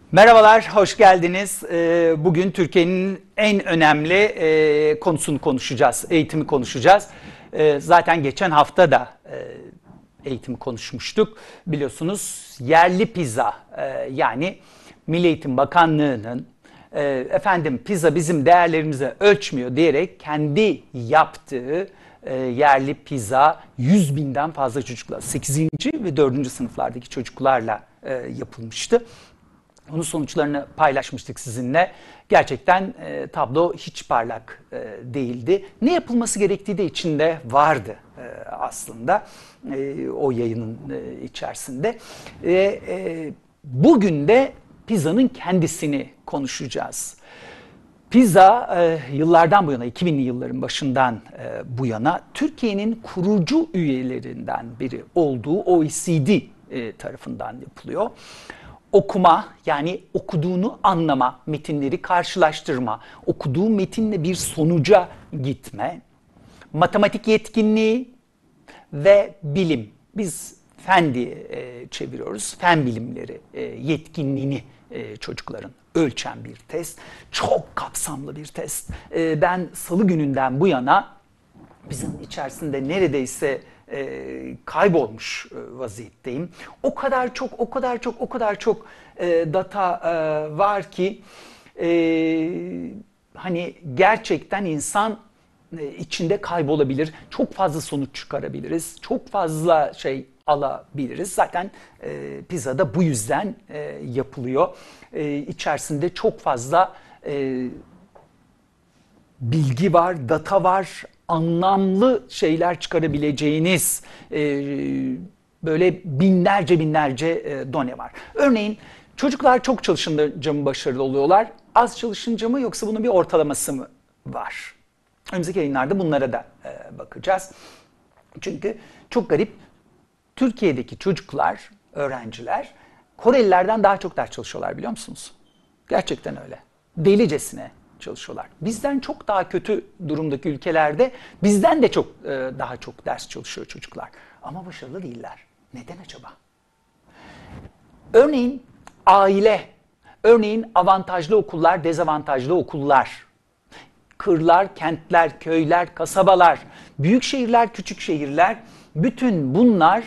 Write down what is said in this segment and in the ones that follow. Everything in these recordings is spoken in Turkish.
Merhabalar, hoş geldiniz. Bugün Türkiye'nin en önemli konusunu konuşacağız, eğitimi konuşacağız. Zaten geçen hafta da eğitimi konuşmuştuk. Biliyorsunuz yerli pizza, yani Milli Eğitim Bakanlığı'nın pizza bizim değerlerimize ölçmüyor diyerek kendi yaptığı yerli pizza 100 binden fazla çocukla, 8. ve 4. sınıflardaki çocuklarla yapılmıştı. Onun sonuçlarını paylaşmıştık sizinle. Gerçekten tablo hiç parlak değildi. Ne yapılması gerektiği de içinde vardı aslında o yayının içerisinde. Bugün de pizzanın kendisini konuşacağız. Pizza yıllardan bu yana, 2000'li yılların başından bu yana Türkiye'nin kurucu üyelerinden biri olduğu OECD tarafından yapılıyor. Okuma, yani okuduğunu anlama, metinleri karşılaştırma, okuduğu metinle bir sonuca gitme, matematik yetkinliği ve bilim. Biz fen diye çeviriyoruz. Fen bilimleri yetkinliğini çocukların ölçen bir test. Çok kapsamlı bir test. Ben salı gününden bu yana bizim içerisinde neredeyse kaybolmuş vaziyetteyim. O kadar çok data var ki hani gerçekten insan içinde kaybolabilir. Çok fazla sonuç çıkarabiliriz. Çok fazla şey alabiliriz. Zaten pizza da bu yüzden yapılıyor. İçerisinde çok fazla bilgi var, data var, anlamlı şeyler çıkarabileceğiniz böyle binlerce done var. Örneğin çocuklar çok çalışınca mı başarılı oluyorlar, az çalışınca mı, yoksa bunun bir ortalaması mı var? Önümüzdeki yayınlarda bunlara da bakacağız. Çünkü çok garip, Türkiye'deki çocuklar, öğrenciler Korelilerden daha çok ders çalışıyorlar, biliyor musunuz? Gerçekten öyle. Delicesine çalışıyorlar. Bizden çok daha kötü durumdaki ülkelerde bizden de çok daha çok ders çalışıyor çocuklar. Ama başarılı değiller. Neden acaba? Örneğin aile, örneğin avantajlı okullar, dezavantajlı okullar, kırlar, kentler, köyler, kasabalar, büyük şehirler, küçük şehirler, bütün bunları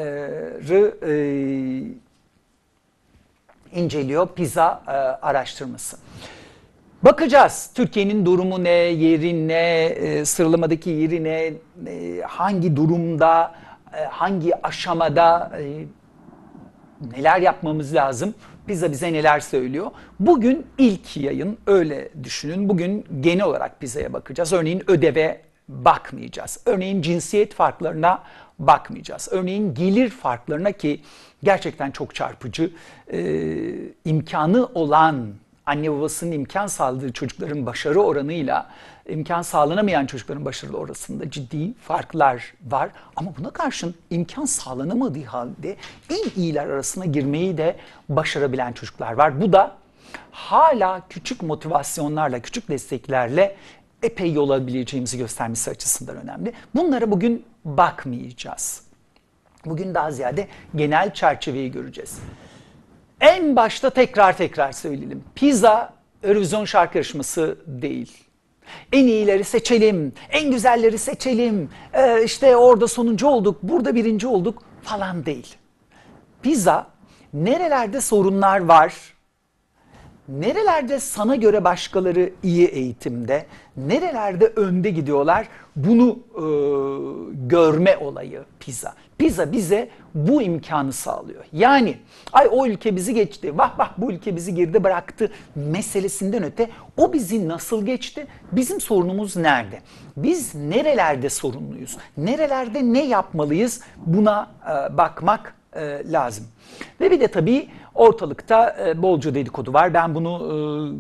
inceliyor pizza araştırması. Bakacağız Türkiye'nin durumu ne, yeri ne, sıralamadaki yeri ne, hangi durumda, hangi aşamada, neler yapmamız lazım, pizza bize neler söylüyor. Bugün ilk yayın, öyle düşünün. Bugün genel olarak pizzaya bakacağız. Örneğin ödeve bakmayacağız. Örneğin cinsiyet farklarına bakmayacağız. Örneğin gelir farklarına, ki gerçekten çok çarpıcı. İmkanı olan, anne babasının imkan sağladığı çocukların başarı oranıyla imkan sağlanamayan çocukların başarılı arasında ciddi farklar var. Ama buna karşın imkan sağlanamadığı halde en iyiler arasına girmeyi de başarabilen çocuklar var. Bu da hala küçük motivasyonlarla, küçük desteklerle epey yol alabileceğimizi göstermesi açısından önemli. Bunlara bugün bakmayacağız. Bugün daha ziyade genel çerçeveyi göreceğiz. En başta tekrar söyleyelim. Pizza Eurovision şarkı yarışması değil. En iyileri seçelim, en güzelleri seçelim, işte orada sonuncu olduk, burada birinci olduk falan değil. Pizza, nerelerde sorunlar var, nerelerde sana göre başkaları iyi eğitimde, nerelerde önde gidiyorlar, bunu görme olayı pizza. Pizza bize bu imkanı sağlıyor. Yani ay o ülke bizi geçti, vah bu ülke bizi geride bıraktı meselesinden öte, o bizi nasıl geçti, bizim sorunumuz nerede? Biz nerelerde sorunluyuz, nerelerde ne yapmalıyız, buna bakmak lazım. Ve bir de tabii ortalıkta bolca dedikodu var. Ben bunu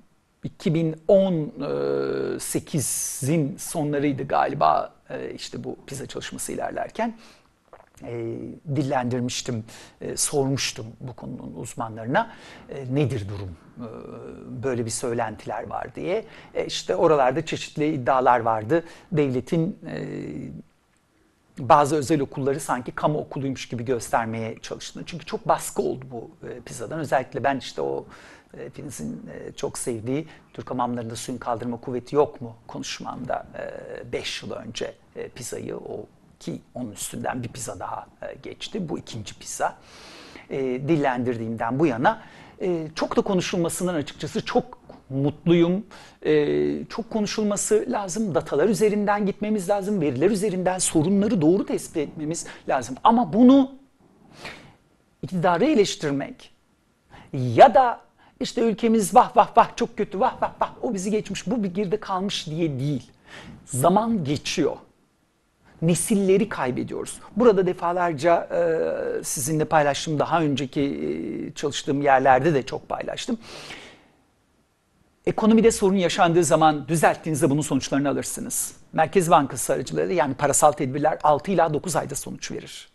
2018'in sonlarıydı galiba, işte bu pizza çalışması ilerlerken dillendirmiştim, sormuştum bu konunun uzmanlarına, nedir durum, böyle bir söylentiler var diye. İşte oralarda çeşitli iddialar vardı. Devletin bazı özel okulları sanki kamu okuluymuş gibi göstermeye çalıştığını. Çünkü çok baskı oldu bu PISA'dan. Özellikle ben işte o hepinizin çok sevdiği Türk hamamlarında suyun kaldırma kuvveti yok mu konuşmamda 5 yıl önce PISA'yı ki onun üstünden bir PISA daha geçti. Bu ikinci PISA. Dillendirdiğimden bu yana çok da konuşulmasından açıkçası çok mutluyum. Çok konuşulması lazım. Datalar üzerinden gitmemiz lazım. Veriler üzerinden sorunları doğru tespit etmemiz lazım. Ama bunu iktidarı eleştirmek ya da işte ülkemiz vah vah vah çok kötü, vah vah vah o bizi geçmiş, bu bir geride kalmış diye değil. Zaman geçiyor. Nesilleri kaybediyoruz. Burada defalarca sizinle paylaştım. Daha önceki çalıştığım yerlerde de çok paylaştım. Ekonomide sorun yaşandığı zaman düzelttiğinizde bunun sonuçlarını alırsınız. Merkez Bankası aracılığıyla yani parasal tedbirler 6 ila 9 ayda sonuç verir.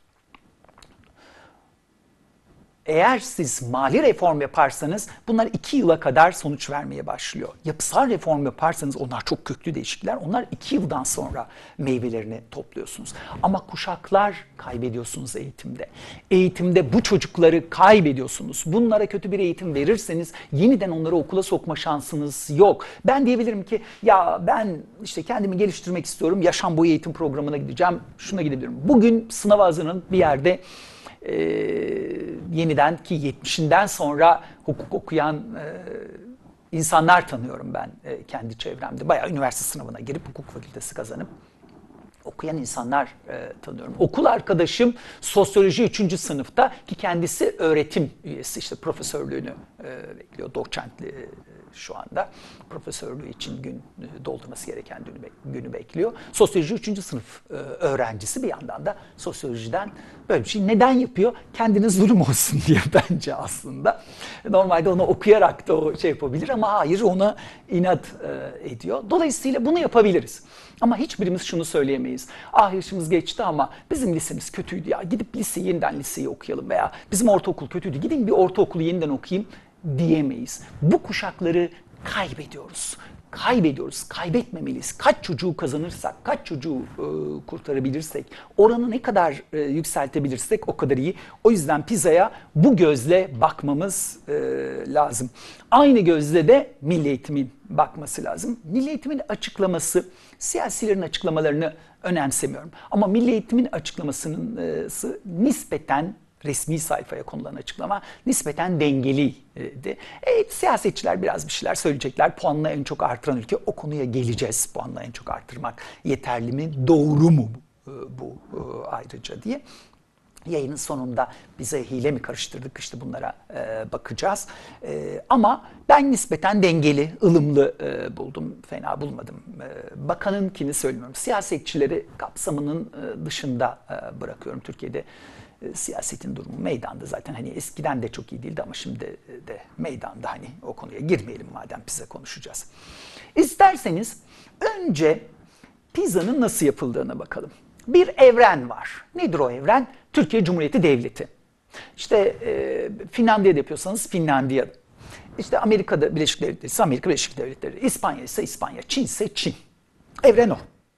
Eğer siz mali reform yaparsanız bunlar 2 yıla kadar sonuç vermeye başlıyor. Yapısal reform yaparsanız onlar çok köklü değişiklikler. Onlar 2 yıldan sonra meyvelerini topluyorsunuz. Ama kuşaklar kaybediyorsunuz eğitimde. Eğitimde bu çocukları kaybediyorsunuz. Bunlara kötü bir eğitim verirseniz yeniden onları okula sokma şansınız yok. Ben diyebilirim ki ya ben işte kendimi geliştirmek istiyorum. Yaşam boyu eğitim programına gideceğim. Şuna gidebilirim. Bugün sınava hazırlanıp bir yerde yeniden ki 70'inden sonra hukuk okuyan insanlar tanıyorum ben kendi çevremde. Bayağı üniversite sınavına girip hukuk fakültesi kazanıp okuyan insanlar tanıyorum. Okul arkadaşım sosyoloji 3. sınıfta ki kendisi öğretim üyesi işte profesörlüğünü bekliyor. Doçentliği şu anda. Profesörlüğü için gün doldurması gereken günü bekliyor. Sosyoloji 3. sınıf öğrencisi bir yandan da sosyolojiden böyle bir şey neden yapıyor? Kendine zulüm olsun diye bence aslında. Normalde onu okuyarak da o şey yapabilir ama hayır ona inat ediyor. Dolayısıyla bunu yapabiliriz. Ama hiçbirimiz şunu söyleyemeyiz. Ah yaşımız geçti ama bizim lisemiz kötüydü ya. Gidip yeniden liseyi okuyalım veya bizim ortaokul kötüydü. Gidin bir ortaokulu yeniden okuyayım diyemeyiz. Bu kuşakları kaybediyoruz. Kaybetmemeliyiz. Kaç çocuğu kazanırsak, kaç çocuğu kurtarabilirsek, oranı ne kadar yükseltebilirsek o kadar iyi. O yüzden PISA'ya bu gözle bakmamız lazım. Aynı gözle de milli eğitimin bakması lazım. Milli eğitimin açıklaması, siyasilerin açıklamalarını önemsemiyorum. Ama milli eğitimin açıklamasının nispeten resmi sayfaya konulan açıklama nispeten dengeliydi. Siyasetçiler biraz bir şeyler söyleyecekler. Puanını en çok artıran ülke o konuya geleceğiz. Puanını en çok artırmak yeterli mi? Doğru mu bu ayrıca diye. Yayının sonunda bize hile mi karıştırdık işte bunlara bakacağız. Ama ben nispeten dengeli, ılımlı buldum. Fena bulmadım. Bakanınkini söylemiyorum. Siyasetçileri kapsamının dışında bırakıyorum. Türkiye'de siyasetin durumu meydanda zaten hani eskiden de çok iyi değildi ama şimdi de meydanda hani o konuya girmeyelim madem PISA konuşacağız. İsterseniz önce PISA'nın nasıl yapıldığına bakalım. Bir evren var. Nedir o evren? Türkiye Cumhuriyeti Devleti. İşte Finlandiya'da yapıyorsanız Finlandiya. İşte Amerika'da Birleşik Devletleri ise Amerika Birleşik Devletleri. İspanya ise İspanya. Çin ise Çin. Evren o.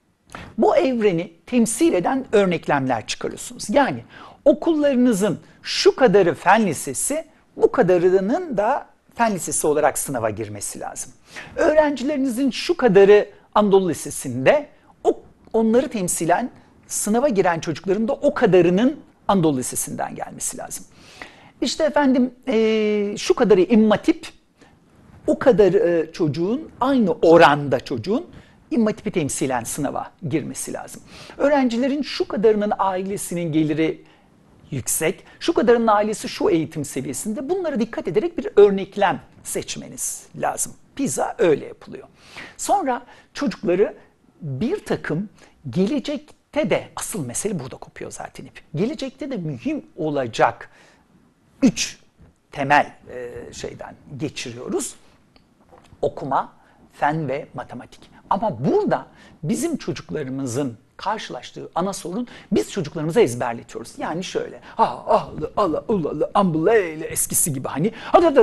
Bu evreni temsil eden örneklemler çıkarıyorsunuz. Yani okullarınızın şu kadarı fen lisesi, bu kadarının da fen lisesi olarak sınava girmesi lazım. Öğrencilerinizin şu kadarı Anadolu Lisesi'nde, onları temsilen sınava giren çocukların da o kadarının Anadolu Lisesi'nden gelmesi lazım. İşte efendim şu kadarı İmam Hatip, o kadar çocuğun aynı oranda çocuğun İmam Hatip'i temsilen sınava girmesi lazım. Öğrencilerin şu kadarının ailesinin geliri yüksek, şu kadarının ailesi şu eğitim seviyesinde bunlara dikkat ederek bir örneklem seçmeniz lazım. PISA öyle yapılıyor. Sonra çocukları bir takım gelecekte de asıl mesele burada kopuyor zaten hep. Gelecekte de mühim olacak 3 temel şeyden geçiriyoruz. Okuma, fen ve matematik. Ama burada bizim çocuklarımızın karşılaştığı ana sorun biz çocuklarımıza ezberletiyoruz. Yani şöyle ahlı ala ulalı ambuleyle eskisi gibi hani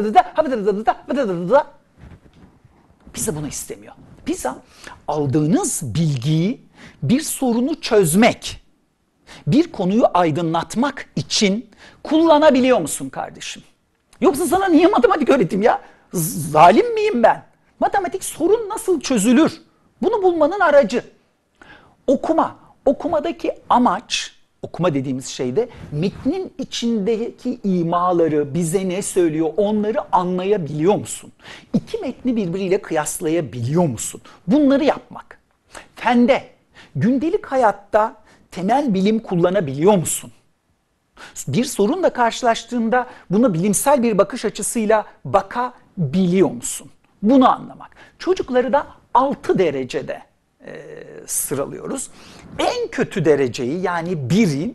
PISA bunu istemiyor. PISA aldığınız bilgiyi bir sorunu çözmek bir konuyu aydınlatmak için kullanabiliyor musun kardeşim? Yoksa sana niye matematik öğreteyim ya? Zalim miyim ben? Matematik sorun nasıl çözülür? Bunu bulmanın aracı. Okuma. Okumadaki amaç, okuma dediğimiz şeyde metnin içindeki imaları bize ne söylüyor onları anlayabiliyor musun? İki metni birbiriyle kıyaslayabiliyor musun? Bunları yapmak. Fende, gündelik hayatta temel bilim kullanabiliyor musun? Bir sorunla karşılaştığında buna bilimsel bir bakış açısıyla bakabiliyor musun? Bunu anlamak. Çocukları da 6 derecede sıralıyoruz. En kötü dereceyi yani biri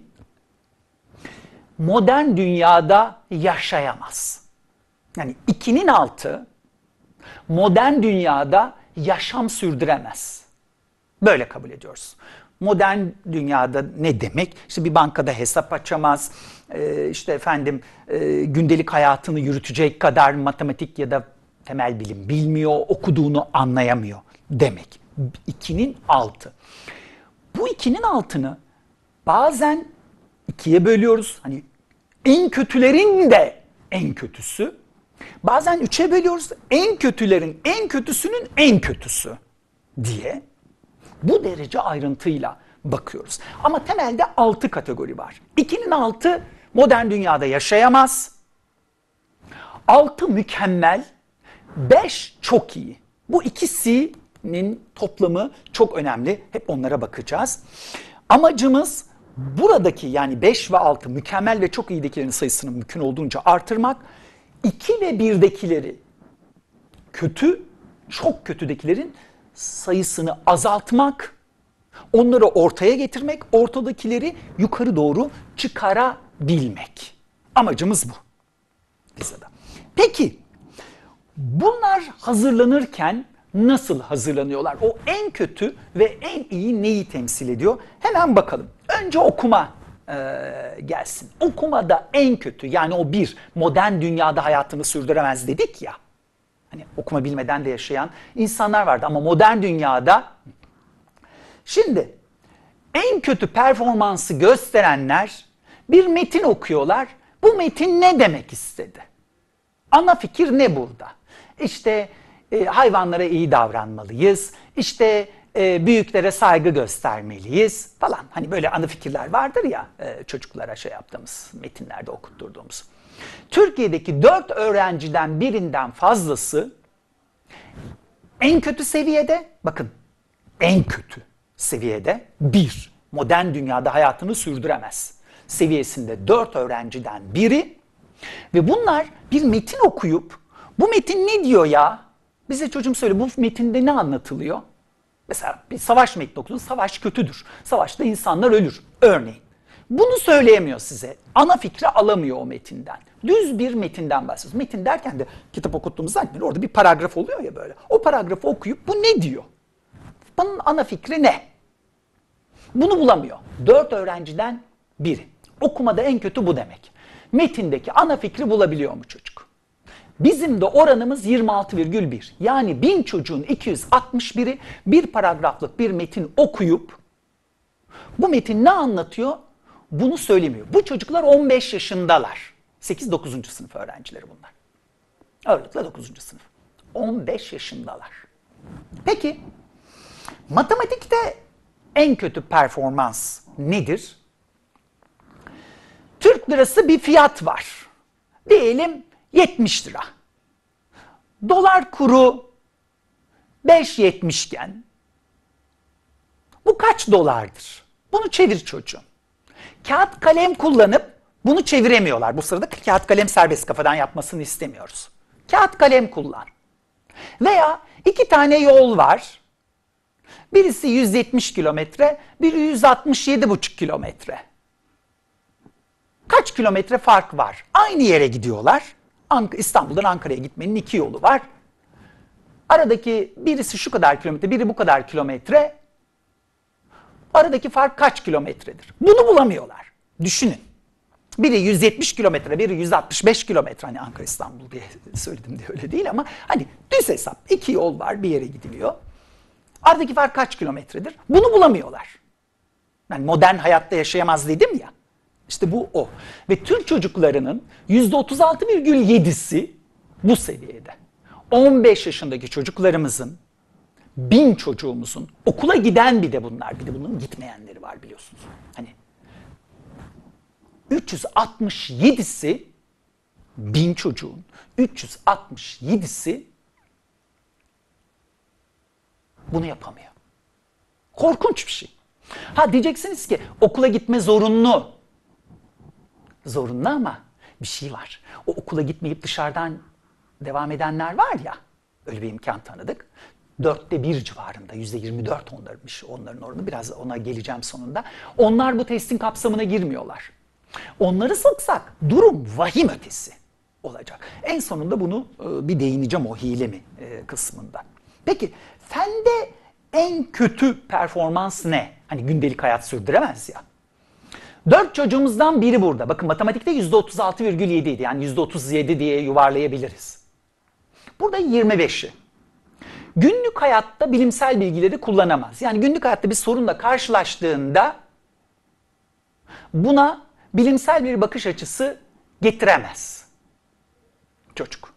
modern dünyada yaşayamaz. Yani 2'nin altı modern dünyada yaşam sürdüremez. Böyle kabul ediyoruz. Modern dünyada ne demek? İşte bir bankada hesap açamaz, işte efendim gündelik hayatını yürütecek kadar matematik ya da temel bilim bilmiyor, okuduğunu anlayamıyor demek. 2'nin altı. Bu 2'nin altını bazen 2'ye bölüyoruz. Hani en kötülerin de en kötüsü. Bazen 3'e bölüyoruz. En kötülerin en kötüsünün en kötüsü diye. Bu derece ayrıntıyla bakıyoruz. Ama temelde 6 kategori var. 2'nin altı modern dünyada yaşayamaz. 6 mükemmel, 5 çok iyi. Bu ikisinin toplamı çok önemli. Hep onlara bakacağız. Amacımız buradaki yani 5 ve 6 mükemmel ve çok iyidekilerin sayısını mümkün olduğunca artırmak. 2 ve 1'dekileri kötü, çok kötüdekilerin sayısını azaltmak, onları ortaya getirmek, ortadakileri yukarı doğru çıkarabilmek. Amacımız bu. Lisede. Peki, bunlar hazırlanırken nasıl hazırlanıyorlar? O en kötü ve en iyi neyi temsil ediyor? Hemen bakalım. Önce okuma gelsin. Okumada en kötü yani o bir modern dünyada hayatını sürdüremez dedik ya. Hani okuma bilmeden de yaşayan insanlar vardı ama modern dünyada şimdi en kötü performansı gösterenler bir metin okuyorlar. Bu metin ne demek istedi? Ana fikir ne burada? İşte hayvanlara iyi davranmalıyız. İşte büyüklere saygı göstermeliyiz falan. Hani böyle ana fikirler vardır ya çocuklara şey yaptığımız metinlerde okutturduğumuz. Türkiye'deki 4 öğrenciden birinden fazlası en kötü seviyede, bakın en kötü seviyede modern dünyada hayatını sürdüremez seviyesinde 4 öğrenciden biri ve bunlar bir metin okuyup bu metin ne diyor ya? Bize çocuğum söyle bu metinde ne anlatılıyor? Mesela bir savaş metni okudun, savaş kötüdür. Savaşta insanlar ölür örneğin. Bunu söyleyemiyor size. Ana fikri alamıyor o metinden. Düz bir metinden bahsediyoruz. Metin derken de kitap okuttuğumuz zannediyor. Orada bir paragraf oluyor ya böyle. O paragrafı okuyup bu ne diyor? Bunun ana fikri ne? Bunu bulamıyor. 4 öğrenciden biri. Okumada en kötü bu demek. Metindeki ana fikri bulabiliyor mu çocuk? Bizim de oranımız 26,1. Yani 1000 çocuğun 261'i bir paragraflık bir metin okuyup bu metin ne anlatıyor? Bunu söylemiyor. Bu çocuklar 15 yaşındalar. 8-9. sınıf öğrencileri bunlar. Ağırlıkla 9. sınıf. 15 yaşındalar. Peki, matematikte en kötü performans nedir? Türk lirası bir fiyat var. Diyelim 70 lira. Dolar kuru 5.70 iken bu kaç dolardır? Bunu çevir çocuğum. Kağıt kalem kullanıp bunu çeviremiyorlar. Bu sırada kağıt kalem serbest kafadan yapmasını istemiyoruz. Kağıt kalem kullan. Veya 2 tane yol var. Birisi 170 kilometre, biri 167,5 kilometre. Kaç kilometre fark var? Aynı yere gidiyorlar. İstanbul'dan Ankara'ya gitmenin 2 yolu var. Aradaki birisi şu kadar kilometre, biri bu kadar kilometre. Aradaki fark kaç kilometredir? Bunu bulamıyorlar. Düşünün. Biri 170 kilometre, biri 165 kilometre. Hani Ankara İstanbul diye söyledim diye öyle değil ama hani düz hesap. 2 yol var, bir yere gidiliyor. Aradaki fark kaç kilometredir? Bunu bulamıyorlar. Yani modern hayatta yaşayamaz dedim ya. İşte bu o. Ve Türk çocuklarının %36,7'si bu seviyede. 15 yaşındaki çocuklarımızın, 1000 çocuğumuzun, okula giden bir de bunlar, bir de bunun gitmeyenleri var biliyorsunuz. Hani 367'si 1000 çocuğun 367'si bunu yapamıyor. Korkunç bir şey. Ha diyeceksiniz ki okula gitme zorunlu. Zorunlu ama bir şey var. O okula gitmeyip dışarıdan devam edenler var ya, öyle bir imkan tanıdık. 1/4 civarında, %24 onların oranı, biraz ona geleceğim sonunda. Onlar bu testin kapsamına girmiyorlar. Onları soksak durum vahim ötesi olacak. En sonunda bunu bir değineceğim o hile mi kısmında. Peki fende en kötü performans ne? Hani gündelik hayat sürdüremez ya. 4 çocuğumuzdan biri burada. Bakın matematikte %36,7 idi. Yani %37 diye yuvarlayabiliriz. Burada 25'i. Günlük hayatta bilimsel bilgileri kullanamaz. Yani günlük hayatta bir sorunla karşılaştığında buna bilimsel bir bakış açısı getiremez çocuk.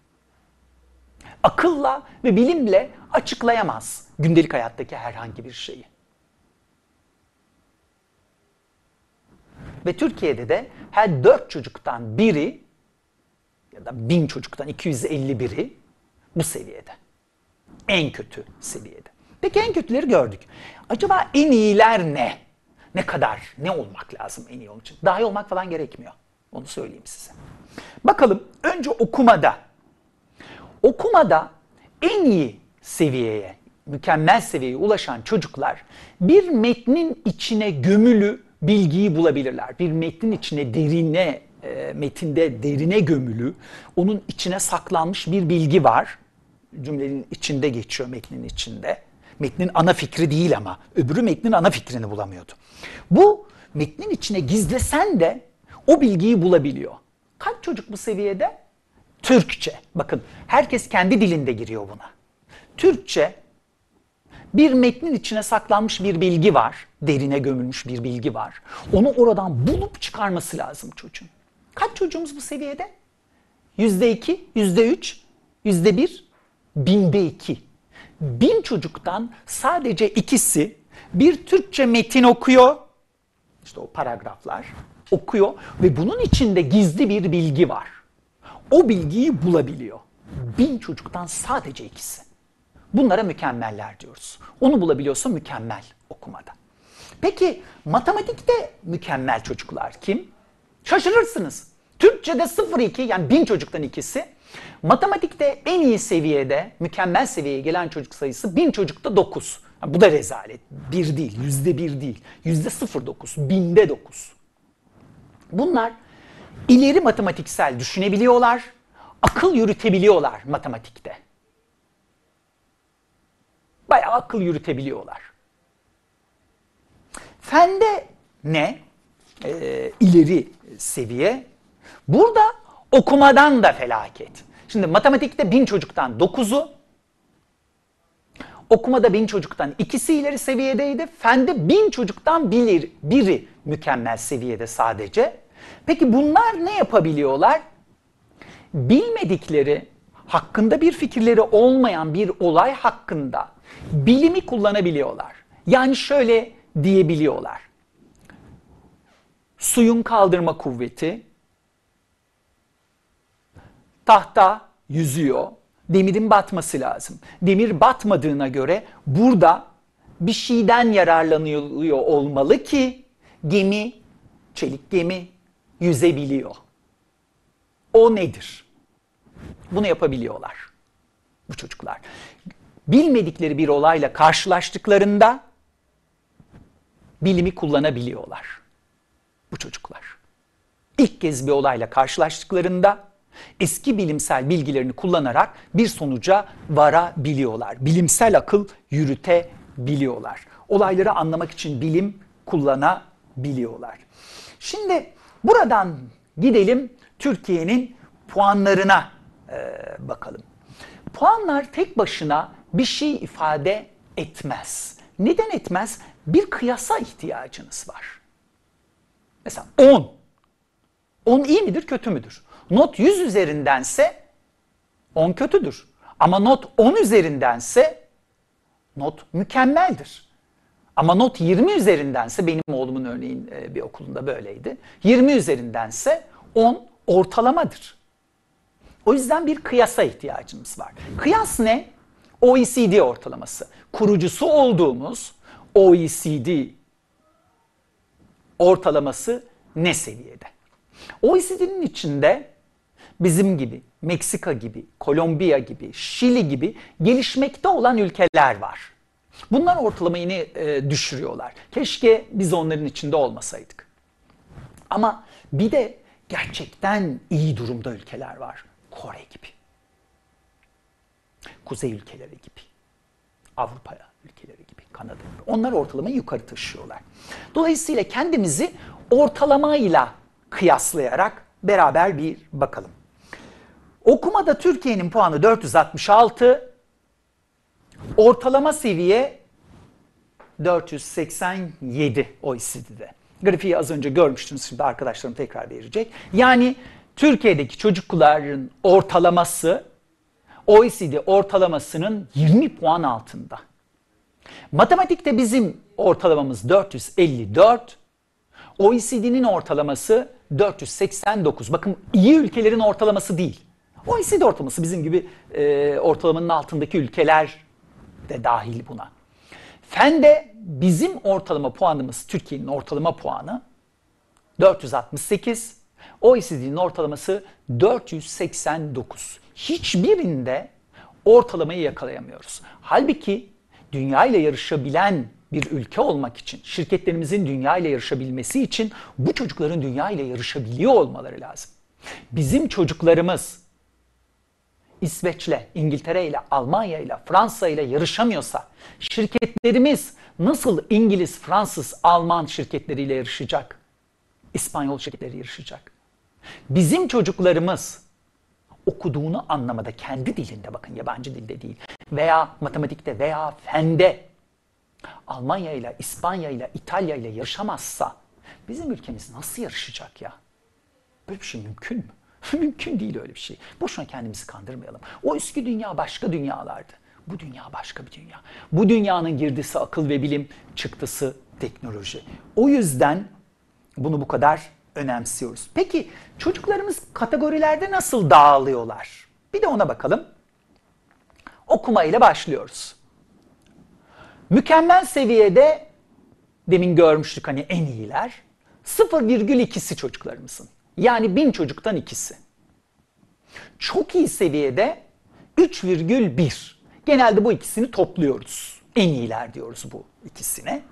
Akılla ve bilimle açıklayamaz gündelik hayattaki herhangi bir şeyi. Ve Türkiye'de de her 4 çocuktan biri ya da 1000 çocuktan 251'i bu seviyede. En kötü seviyede. Peki en kötüleri gördük. Acaba en iyiler ne? Ne kadar, ne olmak lazım en iyi olmak için? Daha iyi olmak falan gerekmiyor. Onu söyleyeyim size. Bakalım önce okumada. Okumada en iyi seviyeye, mükemmel seviyeye ulaşan çocuklar bir metnin içine gömülü bilgiyi bulabilirler. Bir metnin içine metinde derine gömülü, onun içine saklanmış bir bilgi var. Cümlenin içinde geçiyor, metnin içinde. Metnin ana fikri değil ama öbürü metnin ana fikrini bulamıyordu. Bu metnin içine gizlesen de o bilgiyi bulabiliyor. Kaç çocuk bu seviyede? Türkçe. Bakın herkes kendi dilinde giriyor buna. Türkçe bir metnin içine saklanmış bir bilgi var. Derine gömülmüş bir bilgi var. Onu oradan bulup çıkarması lazım çocuğun. Kaç çocuğumuz bu seviyede? %2, %3, %1, 1000'de 2. 1000 çocuktan sadece ikisi bir Türkçe metin okuyor. İşte o paragraflar okuyor ve bunun içinde gizli bir bilgi var. O bilgiyi bulabiliyor. 1000 çocuktan sadece ikisi. Bunlara mükemmeller diyoruz. Onu bulabiliyorsa mükemmel okumada. Peki matematikte mükemmel çocuklar kim? Şaşırırsınız. Türkçe'de 0-2 yani 1000 çocuktan ikisi. Matematikte en iyi seviyede, mükemmel seviyeye gelen çocuk sayısı 1000 çocukta 9. Bu da rezalet. 1 değil, %1 değil. %0,9, 1000'de 9. Bunlar ileri matematiksel düşünebiliyorlar, akıl yürütebiliyorlar matematikte. Bayağı akıl yürütebiliyorlar. Fende ne? İleri seviye. Burada okumadan da felaket. Şimdi matematikte 1000 çocuktan 9'u, okumada 1000 çocuktan ikisi ileri seviyedeydi. Fende 1000 çocuktan biri mükemmel seviyede sadece. Peki bunlar ne yapabiliyorlar? Bilmedikleri, hakkında bir fikirleri olmayan bir olay hakkında bilimi kullanabiliyorlar. Yani şöyle diyebiliyorlar. Suyun kaldırma kuvveti, tahta yüzüyor, demirin batması lazım. Demir batmadığına göre burada bir şeyden yararlanıyor olmalı ki gemi, çelik gemi yüzebiliyor. O nedir? Bunu yapabiliyorlar bu çocuklar. Bilmedikleri bir olayla karşılaştıklarında bilimi kullanabiliyorlar bu çocuklar. İlk kez bir olayla karşılaştıklarında eski bilimsel bilgilerini kullanarak bir sonuca varabiliyorlar. Bilimsel akıl yürütebiliyorlar. Olayları anlamak için bilim kullanabiliyorlar. Şimdi buradan gidelim Türkiye'nin puanlarına bakalım. Puanlar tek başına bir şey ifade etmez. Neden etmez? bir kıyasa ihtiyacınız var. Mesela 10. 10 iyi midir, kötü müdür? Not 100 üzerindense 10 kötüdür. Ama not 10 üzerindense not mükemmeldir. Ama not 20 üzerindense, benim oğlumun örneğin bir okulunda böyleydi. 20 üzerindense 10 ortalamadır. O yüzden bir kıyasa ihtiyacımız var. Kıyas ne? OECD ortalaması. Kurucusu olduğumuz OECD ortalaması ne seviyede? OECD'nin içinde bizim gibi, Meksika gibi, Kolombiya gibi, Şili gibi gelişmekte olan ülkeler var. Bunlar ortalamayı düşürüyorlar. Keşke biz onların içinde olmasaydık. Ama bir de gerçekten iyi durumda ülkeler var. Kore gibi, Kuzey ülkeleri gibi, Avrupa ülkeleri gibi, Kanada gibi. Onlar ortalamayı yukarı taşıyorlar. Dolayısıyla kendimizi ortalamayla kıyaslayarak beraber bir bakalım. Okumada Türkiye'nin puanı 466, ortalama seviye 487 OECD'de. Grafiği az önce görmüştünüz, şimdi arkadaşlarım tekrar verecek. Yani Türkiye'deki çocukların ortalaması OECD ortalamasının 20 puan altında. Matematikte bizim ortalamamız 454, OECD'nin ortalaması 489. Bakın iyi ülkelerin ortalaması değil. OECD ortalaması bizim gibi ortalamanın altındaki ülkeler de dahil buna. Fen'de bizim ortalama puanımız, Türkiye'nin ortalama puanı 468, OECD'nin ortalaması 489. Hiçbirinde ortalamayı yakalayamıyoruz. Halbuki dünya ile yarışabilen bir ülke olmak için, şirketlerimizin dünya ile yarışabilmesi için bu çocukların dünya ile yarışabiliyor olmaları lazım. Bizim çocuklarımız İsveç'le, İngiltere'yle, Almanya'yla, Fransa'yla yarışamıyorsa, şirketlerimiz nasıl İngiliz, Fransız, Alman şirketleriyle yarışacak? İspanyol şirketleri yarışacak. Bizim çocuklarımız okuduğunu anlamada, kendi dilinde, bakın yabancı dilde değil, veya matematikte veya fende Almanya ile, İspanya ile, İtalya ile yarışamazsa bizim ülkemiz nasıl yarışacak ya? Böyle bir şey mümkün mü? Mümkün değil öyle bir şey. Boşuna kendimizi kandırmayalım. O eski dünya başka dünyalardı. Bu dünya başka bir dünya. Bu dünyanın girdisi akıl ve bilim, çıktısı teknoloji. O yüzden bunu bu kadar önemsiyoruz. Peki çocuklarımız kategorilerde nasıl dağılıyorlar? Bir de ona bakalım. Okuma ile başlıyoruz. Mükemmel seviyede demin görmüştük hani en iyiler. 0,2'si çocuklarımızın. Yani 1000 çocuktan ikisi. Çok iyi seviyede 3,1. Genelde bu ikisini topluyoruz. En iyiler diyoruz bu ikisine.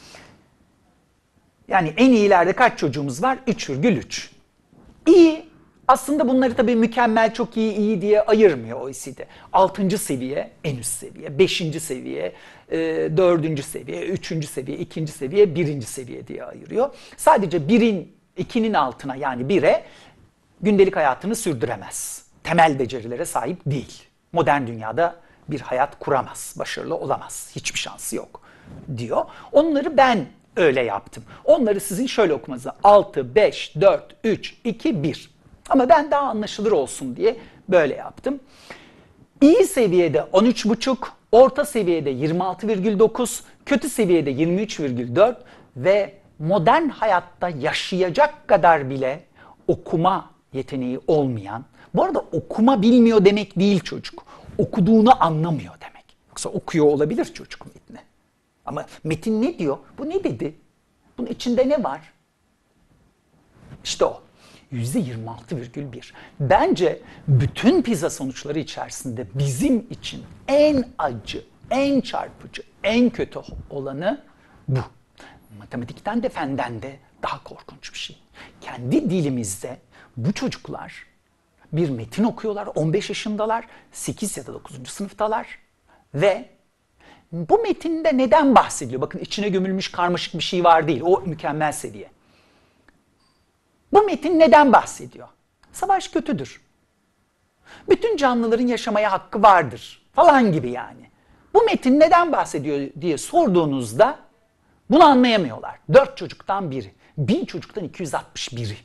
Yani en iyilerde kaç çocuğumuz var? 3,3. İyi. Aslında bunları tabii mükemmel, çok iyi, iyi diye ayırmıyor OECD. 6. seviye en üst seviye, 5. seviye, 4. seviye, 3. seviye, 2. seviye, 1. seviye diye ayırıyor. Sadece 1'in 2'nin altına yani 1'e gündelik hayatını sürdüremez. Temel becerilere sahip değil. Modern dünyada bir hayat kuramaz, başarılı olamaz. Hiçbir şansı yok diyor. Onları ben öyle yaptım. Onları sizin şöyle okumanızı 6, 5, 4, 3, 2, 1. Ama ben daha anlaşılır olsun diye böyle yaptım. İyi seviyede 13,5, orta seviyede 26,9, kötü seviyede 23,4 ve modern hayatta yaşayacak kadar bile okuma yeteneği olmayan, bu arada okuma bilmiyor demek değil çocuk, okuduğunu anlamıyor demek. Yoksa okuyor olabilir çocuk metni. Ama metin ne diyor? Bu ne dedi? Bunun içinde ne var? İşte o. %26,1. Bence bütün PISA sonuçları içerisinde bizim için en acı, en çarpıcı, en kötü olanı bu. Matematikten de fenden de daha korkunç bir şey. Kendi dilimizde bu çocuklar bir metin okuyorlar, 15 yaşındalar, 8 ya da 9. sınıftalar ve bu metinde neden bahsediliyor? Bakın içine gömülmüş karmaşık bir şey var değil, o mükemmel seviye. Bu metin neden bahsediyor? Savaş kötüdür. Bütün canlıların yaşamaya hakkı vardır falan gibi yani. Bu metin neden bahsediyor diye sorduğunuzda Bunu anlayamıyorlar. 4 çocuktan biri. 1000 çocuktan 261'i.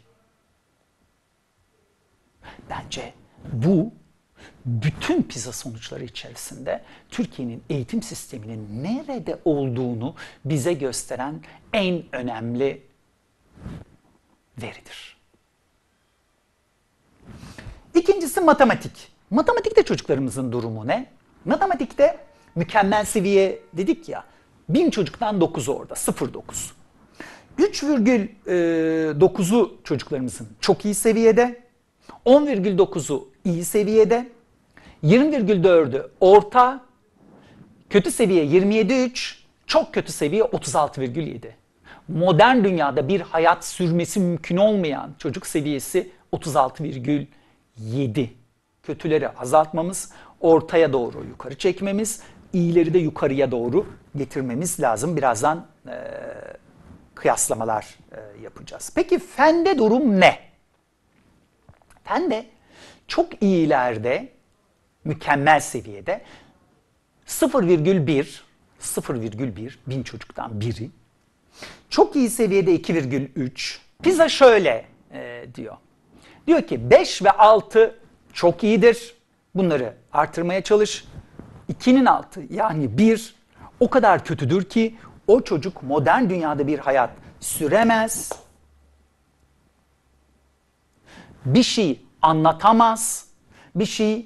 Bence bu bütün PISA sonuçları içerisinde Türkiye'nin eğitim sisteminin nerede olduğunu bize gösteren en önemli veridir. İkincisi matematik. Matematikte çocuklarımızın durumu ne? Matematikte mükemmel seviye dedik ya, 1000 çocuktan 9 orada, 0,9. 3,9'u çocuklarımızın çok iyi seviyede, 10,9'u iyi seviyede, 20,4'ü orta, kötü seviye 27,3, çok kötü seviye 36,7. Modern dünyada bir hayat sürmesi mümkün olmayan çocuk seviyesi 36,7. Kötüleri azaltmamız, ortaya doğru yukarı çekmemiz, iyileri de yukarıya doğru getirmemiz lazım. Birazdan kıyaslamalar yapacağız. Peki fende durum ne? Fende çok iyilerde, mükemmel seviyede 0,1 1000 çocuktan biri. Çok iyi seviyede 2,3. PISA şöyle diyor. Diyor ki 5 ve 6 çok iyidir. Bunları artırmaya çalış. 2'nin altı yani 1 o kadar kötüdür ki o çocuk modern dünyada bir hayat süremez. Bir şey anlatamaz. Bir şey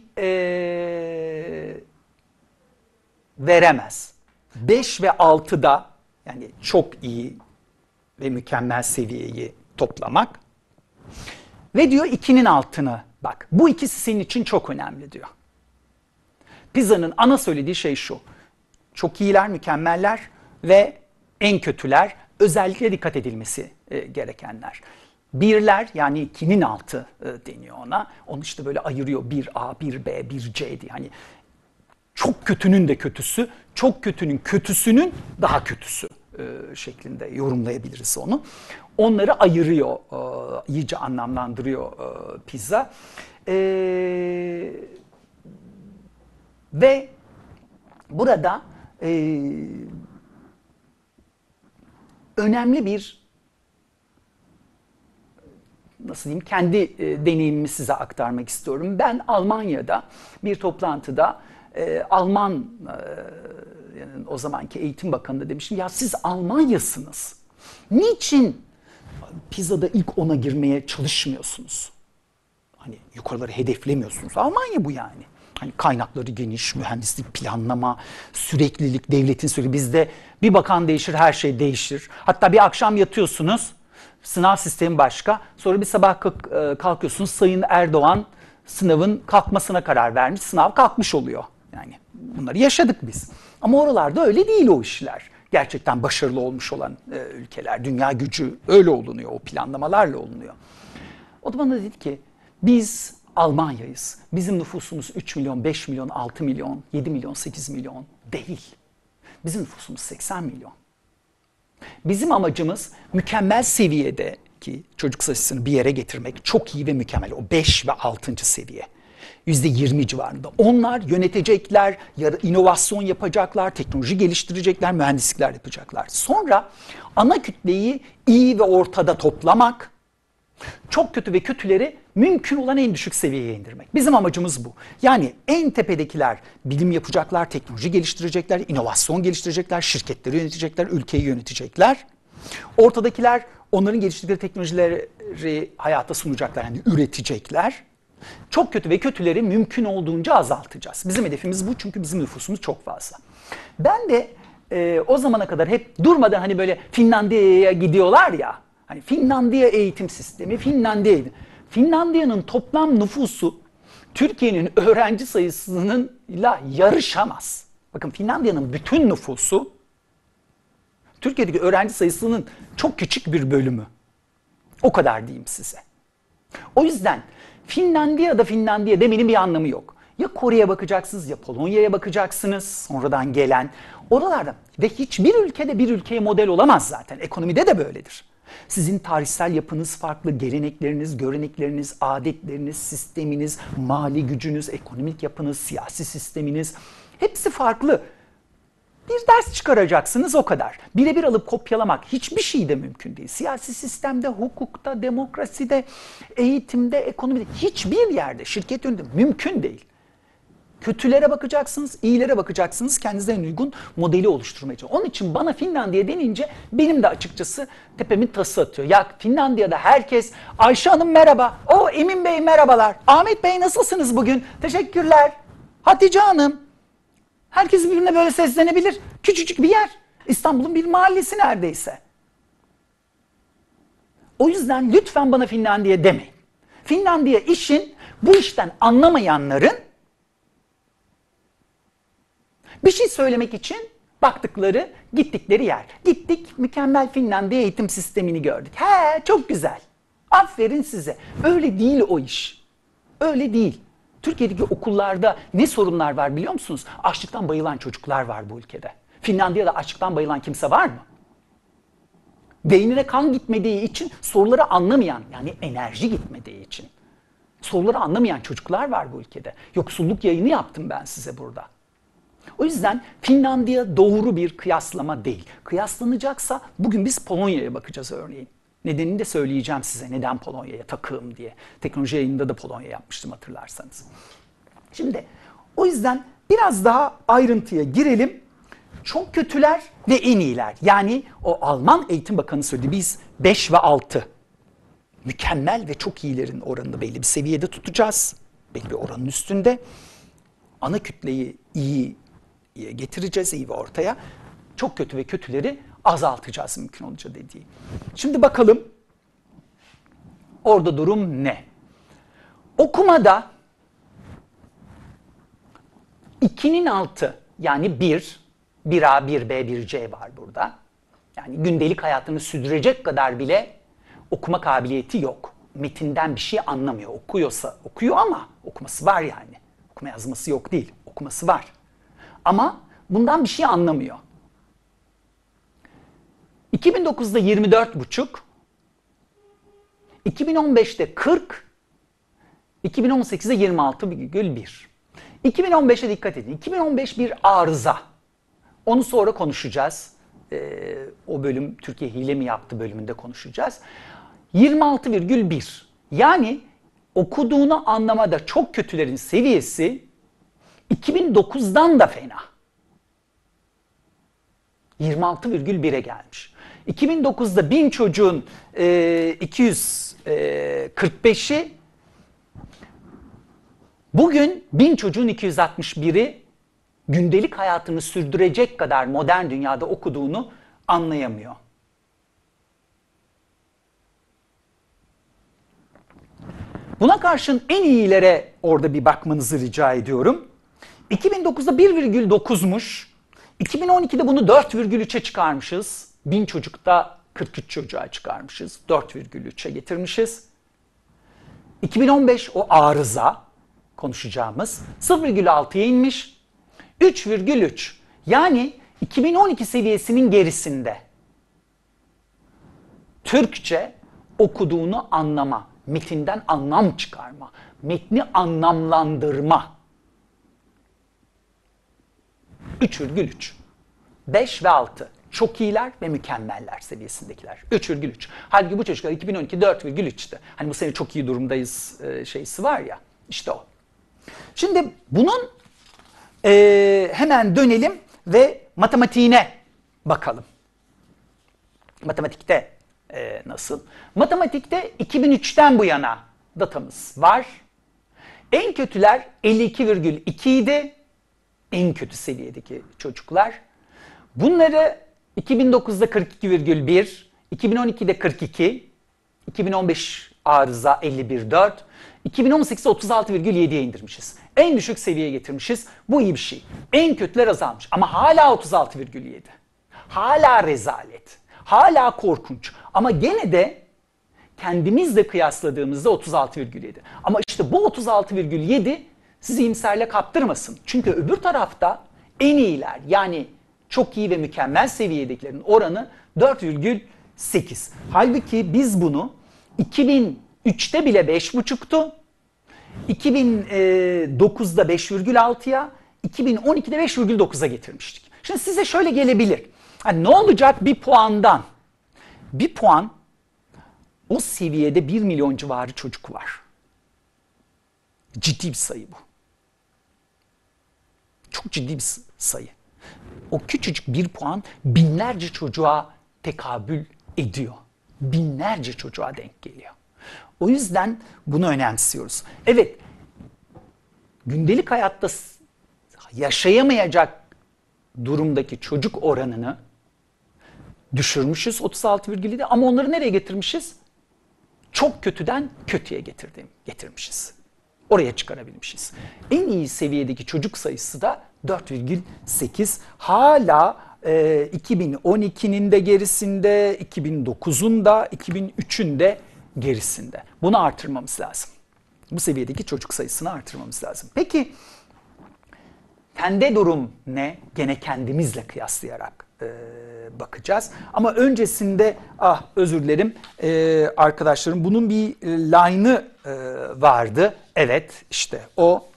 veremez. 5 ve 6'da yani çok iyi ve mükemmel seviyeyi toplamak. Ve diyor 2'nin altını bak. Bu ikisi senin için çok önemli diyor. PISA'nın ana söylediği şey şu. Çok iyiler, mükemmeller ve en kötüler, özellikle dikkat edilmesi gerekenler. Birler yani 2'nin altı deniyor ona. Onu işte böyle ayırıyor 1A, 1B, 1C diye. Hani çok kötünün de kötüsü, çok kötünün kötüsünün daha kötüsü şeklinde yorumlayabiliriz onu. Onları ayırıyor, iyice anlamlandırıyor PISA. Ve burada önemli bir, nasıl diyeyim, kendi deneyimimi size aktarmak istiyorum. Ben Almanya'da bir toplantıda Alman o zamanki Eğitim Bakanı da demiştim, ya siz Almanya'sınız. Niçin PISA'da ilk 10'a girmeye çalışmıyorsunuz? Hani yukarıları hedeflemiyorsunuz. Almanya bu yani. Hani kaynakları geniş, mühendislik, planlama, süreklilik, devletin sürekli. Bizde bir bakan değişir, her şey değişir. Hatta bir akşam yatıyorsunuz, sınav sistemi başka. Sonra bir sabah kalkıyorsunuz, Sayın Erdoğan sınavın kalkmasına karar vermiş, sınav kalkmış oluyor. Yani bunları yaşadık biz. Ama oralarda öyle değil o işler. Gerçekten başarılı olmuş olan ülkeler, dünya gücü öyle olunuyor, o planlamalarla olunuyor. O da bana dedi ki, biz Almanya'yız. Bizim nüfusumuz 3 milyon, 5 milyon, 6 milyon, 7 milyon, 8 milyon değil. Bizim nüfusumuz 80 milyon. Bizim amacımız mükemmel seviyedeki çocuk sayısını bir yere getirmek. Çok iyi ve mükemmel. O 5 ve 6. seviye. %20 civarında. Onlar yönetecekler, inovasyon yapacaklar, teknoloji geliştirecekler, mühendislikler yapacaklar. Sonra ana kütleyi iyi ve ortada toplamak, çok kötü ve kötüleri mümkün olan en düşük seviyeye indirmek. Bizim amacımız bu. Yani en tepedekiler bilim yapacaklar, teknoloji geliştirecekler, inovasyon geliştirecekler, şirketleri yönetecekler, ülkeyi yönetecekler. Ortadakiler onların geliştirdikleri teknolojileri hayata sunacaklar, yani üretecekler. Çok kötü ve kötüleri mümkün olduğunca azaltacağız. Bizim hedefimiz bu, çünkü bizim nüfusumuz çok fazla. Ben de o zamana kadar hep durmadan hani böyle Finlandiya'ya gidiyorlar ya. Hani Finlandiya eğitim sistemi, Finlandiya'nın toplam nüfusu Türkiye'nin öğrenci sayısıyla yarışamaz. Bakın, Finlandiya'nın bütün nüfusu Türkiye'deki öğrenci sayısının çok küçük bir bölümü. O kadar diyeyim size. O yüzden Finlandiya demenin bir anlamı yok. Ya Kore'ye bakacaksınız, ya Polonya'ya bakacaksınız, sonradan gelen. Oralarda ve hiçbir ülkede bir ülkeye model olamaz zaten. Ekonomide de böyledir. Sizin tarihsel yapınız farklı, gelenekleriniz, görenekleriniz, adetleriniz, sisteminiz, mali gücünüz, ekonomik yapınız, siyasi sisteminiz hepsi farklı. Bir ders çıkaracaksınız, o kadar. Birebir alıp kopyalamak hiçbir şey de mümkün değil. Siyasi sistemde, hukukta, demokraside, eğitimde, ekonomide, hiçbir yerde, şirket yönünde mümkün değil. Kötülere bakacaksınız, iyilere bakacaksınız, kendinize en uygun modeli oluşturmaya çalışın. Onun için bana Finlandiya denince benim de açıkçası tepemin tası atıyor. Ya Finlandiya'da herkes, Ayşe Hanım merhaba, o Emin Bey merhabalar, Ahmet Bey nasılsınız bugün, teşekkürler, Hatice Hanım. Herkes birbirine böyle seslenebilir. Küçücük bir yer. İstanbul'un bir mahallesi neredeyse. O yüzden lütfen bana Finlandiya demeyin. Finlandiya işin, bu işten anlamayanların bir şey söylemek için baktıkları, gittikleri yer. Gittik, mükemmel Finlandiya eğitim sistemini gördük. He, çok güzel. Aferin size. Öyle değil o iş. Öyle değil. Türkiye'deki okullarda ne sorunlar var biliyor musunuz? Açlıktan bayılan çocuklar var bu ülkede. Finlandiya'da açlıktan bayılan kimse var mı? Beynine kan gitmediği için soruları anlamayan, yani enerji gitmediği için soruları anlamayan çocuklar var bu ülkede. Yoksulluk yayını yaptım ben size burada. O yüzden Finlandiya doğru bir kıyaslama değil. Kıyaslanacaksa bugün biz Polonya'ya bakacağız örneğin. Nedenini de söyleyeceğim size, neden Polonya'ya takığım diye. Teknoloji yayınında da Polonya yapmıştım hatırlarsanız. Şimdi o yüzden biraz daha ayrıntıya girelim. Çok kötüler ve en iyiler. Yani o Alman Eğitim Bakanı söyledi, biz 5 ve 6 mükemmel ve çok iyilerin oranını belli bir seviyede tutacağız. Belli bir oranın üstünde. Ana kütleyi iyiye getireceğiz, iyi ve ortaya. Çok kötü ve kötüleri azaltacağız mümkün olunca dediği. Şimdi bakalım orada durum ne? Okumada 2'nin altı, yani 1, 1A, 1B, 1C var burada. Yani gündelik hayatını sürdürecek kadar bile okuma kabiliyeti yok. Metinden bir şey anlamıyor. Okuyorsa okuyor ama okuması var yani. Okuma yazması yok değil, okuması var. Ama bundan bir şey anlamıyor. 2009'da 24,5, 2015'te 40, 2018'de 26,1. 2015'e dikkat edin. 2015 bir arıza. Onu sonra konuşacağız. O bölüm Türkiye hile mi yaptı bölümünde konuşacağız. 26,1. Yani okuduğunu anlamada çok kötülerin seviyesi 2009'dan da fena. 26,1'e gelmiş. 2009'da 1000 çocuğun 245'i, bugün 1000 çocuğun 261'i gündelik hayatını sürdürecek kadar modern dünyada okuduğunu anlayamıyor. Buna karşın en iyilere orada bir bakmanızı rica ediyorum. 2009'da 1,9'muş. 2012'de bunu 4,3'e çıkarmışız. 1000 çocukta 43 çocuğa çıkarmışız. 4,3'e getirmişiz. 2015 o arıza konuşacağımız 0,6'ya inmiş. 3,3. Yani 2012 seviyesinin gerisinde. Türkçe okuduğunu anlama, metinden anlam çıkarma, metni anlamlandırma. 3,3. 5 ve 6. Çok iyiler ve mükemmeller seviyesindekiler. 3,3. Halbuki bu çocuklar 2012 4,3'tü. Hani bu sene çok iyi durumdayız şeysi var ya. İşte o. Şimdi bunun hemen dönelim ve matematiğine bakalım. Matematikte nasıl? Matematikte 2003'ten bu yana datamız var. En kötüler 52,2 idi. En kötü seviyedeki çocuklar. Bunları 2009'da 42,1, 2012'de 42, 2015 arıza 51,4, 2018'de 36,7'ye indirmişiz. En düşük seviyeye getirmişiz. Bu iyi bir şey. En kötüler azalmış ama hala 36,7. Hala rezalet. Hala korkunç. Ama gene de kendimizle kıyasladığımızda 36,7. Ama işte bu 36,7 sizi iyimserle kaptırmasın. Çünkü öbür tarafta en iyiler, yani çok iyi ve mükemmel seviyedekilerin oranı 4,8. Halbuki biz bunu 2003'te bile 5,5'tu. 2009'da 5,6'ya, 2012'de 5,9'a getirmiştik. Şimdi size şöyle gelebilir. Hani ne olacak bir puandan? Bir puan, o seviyede 1 milyon civarı çocuk var. Ciddi bir sayı bu. Çok ciddi bir sayı. O küçücük bir puan binlerce çocuğa tekabül ediyor. Binlerce çocuğa denk geliyor. O yüzden bunu önemsiyoruz. Evet, gündelik hayatta yaşayamayacak durumdaki çocuk oranını düşürmüşüz 36,7 ama onları nereye getirmişiz? Çok kötüden kötüye getirmişiz. Oraya çıkarabilmişiz. En iyi seviyedeki çocuk sayısı da 4,8. Hala 2012'nin de gerisinde, 2009'un da, 2003'ün de gerisinde. Bunu artırmamız lazım. Bu seviyedeki çocuk sayısını artırmamız lazım. Peki fende durum ne? Gene kendimizle kıyaslayarak bakacağız. Ama öncesinde özür dilerim arkadaşlarım, bunun bir line'ı vardı. Evet, işte o,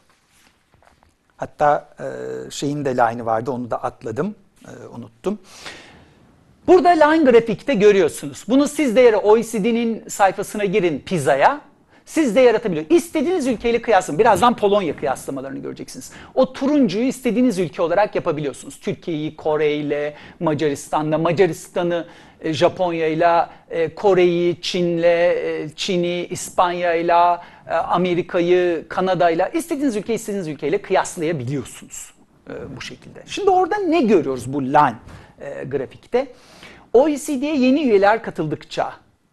hatta şeyin de line'ı vardı, onu da atladım, unuttum. Burada line grafikte görüyorsunuz. Bunu siz de OECD'nin sayfasına girin, PISA'ya. Siz de yaratabiliyor. İstediğiniz ülkeyle kıyaslayın. Birazdan Polonya kıyaslamalarını göreceksiniz. O turuncuyu istediğiniz ülke olarak yapabiliyorsunuz. Türkiye'yi Kore ile, Macaristan'la, Macaristan'ı Japonya ile, Kore'yi Çin'le, Çin'i İspanya ile, Amerika'yı Kanada ile, istediğiniz ülkeyle kıyaslayabiliyorsunuz bu şekilde. Şimdi orada ne görüyoruz bu line grafikte? OECD'ye yeni üyeler katıldıkça,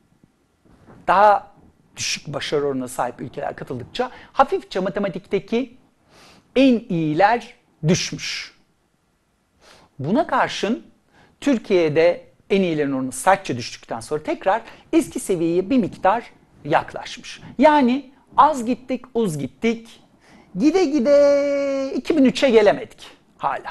daha düşük başarı oranına sahip ülkeler katıldıkça hafifçe matematikteki en iyiler düşmüş. Buna karşın Türkiye'de en iyilerin oranı sertçe düştükten sonra tekrar eski seviyeye bir miktar yaklaşmış. Yani az gittik, uz gittik. Gide gide 2003'e gelemedik hala.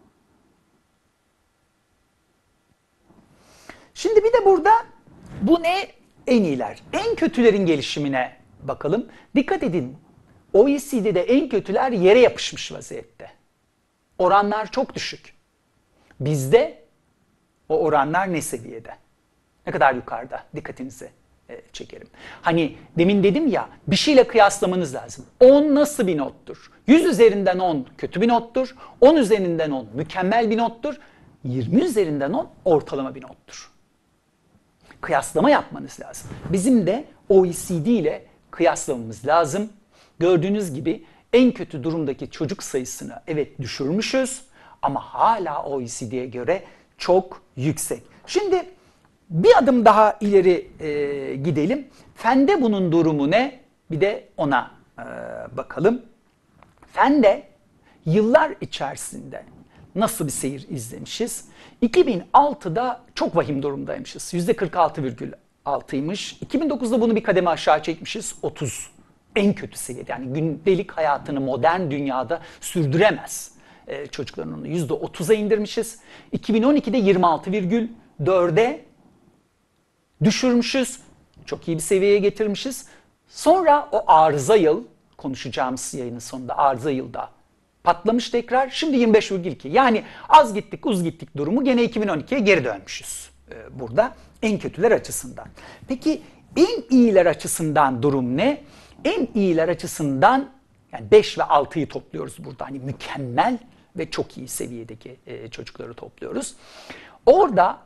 Şimdi bir de burada bu ne? En iyiler. En kötülerin gelişimine bakalım. Dikkat edin. OECD'de en kötüler yere yapışmış vaziyette. Oranlar çok düşük. Bizde o oranlar ne seviyede? Ne kadar yukarıda? Dikkatinizi çekerim. Hani demin dedim ya, bir şeyle kıyaslamanız lazım. 10 nasıl bir nottur? 100 üzerinden 10 kötü bir nottur. 10 üzerinden 10 mükemmel bir nottur. 20 üzerinden 10 ortalama bir nottur. Kıyaslama yapmanız lazım. Bizim de OECD ile kıyaslamamız lazım. Gördüğünüz gibi en kötü durumdaki çocuk sayısını evet düşürmüşüz ama hala OECD'ye göre çok yüksek. Şimdi bir adım daha ileri gidelim. Fende bunun durumu ne? Bir de ona bakalım. Fende yıllar içerisinde nasıl bir seyir izlemişiz? 2006'da çok vahim durumdaymışız. %46,6'ymış. 2009'da bunu bir kademe aşağı çekmişiz. 30. En kötü seviyede. Yani gündelik hayatını modern dünyada sürdüremez. Çocukların onu %30'a indirmişiz. 2012'de 26,4'e düşürmüşüz. Çok iyi bir seviyeye getirmişiz. Sonra o arıza yıl, konuşacağımız yayının sonunda arıza yılda patlamış tekrar. Şimdi 25,2. Yani az gittik, uz gittik durumu gene 2012'ye geri dönmüşüz burada en kötüler açısından. Peki en iyiler açısından durum ne? En iyiler açısından yani 5 ve 6'yı topluyoruz burada. Hani mükemmel ve çok iyi seviyedeki çocukları topluyoruz. Orada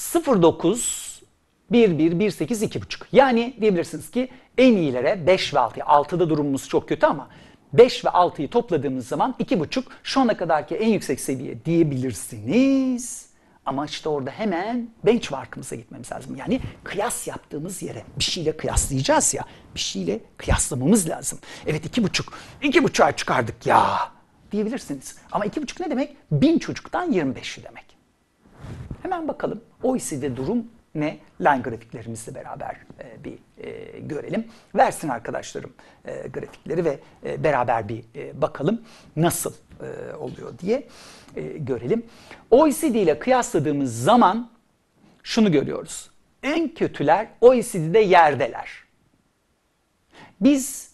0,9, 1,1, 1,8, 2,5. Yani diyebilirsiniz ki en iyilere 5 ve 6'ya. 6'da durumumuz çok kötü ama 5 ve 6'yı topladığımız zaman 2,5 şu ana kadarki en yüksek seviye diyebilirsiniz. Ama işte orada hemen benchmark'ımıza gitmemiz lazım. Yani kıyas yaptığımız yere bir şeyle kıyaslayacağız ya. Bir şeyle kıyaslamamız lazım. Evet 2,5'a çıkardık ya diyebilirsiniz. Ama 2,5 ne demek? 1000 çocuktan 25'i demek. Hemen bakalım OECD durum ne? Line grafiklerimizle beraber bir görelim. Versin arkadaşlarım grafikleri ve beraber bir bakalım nasıl oluyor diye görelim. OECD ile kıyasladığımız zaman şunu görüyoruz. En kötüler OECD'de yerdeler. Biz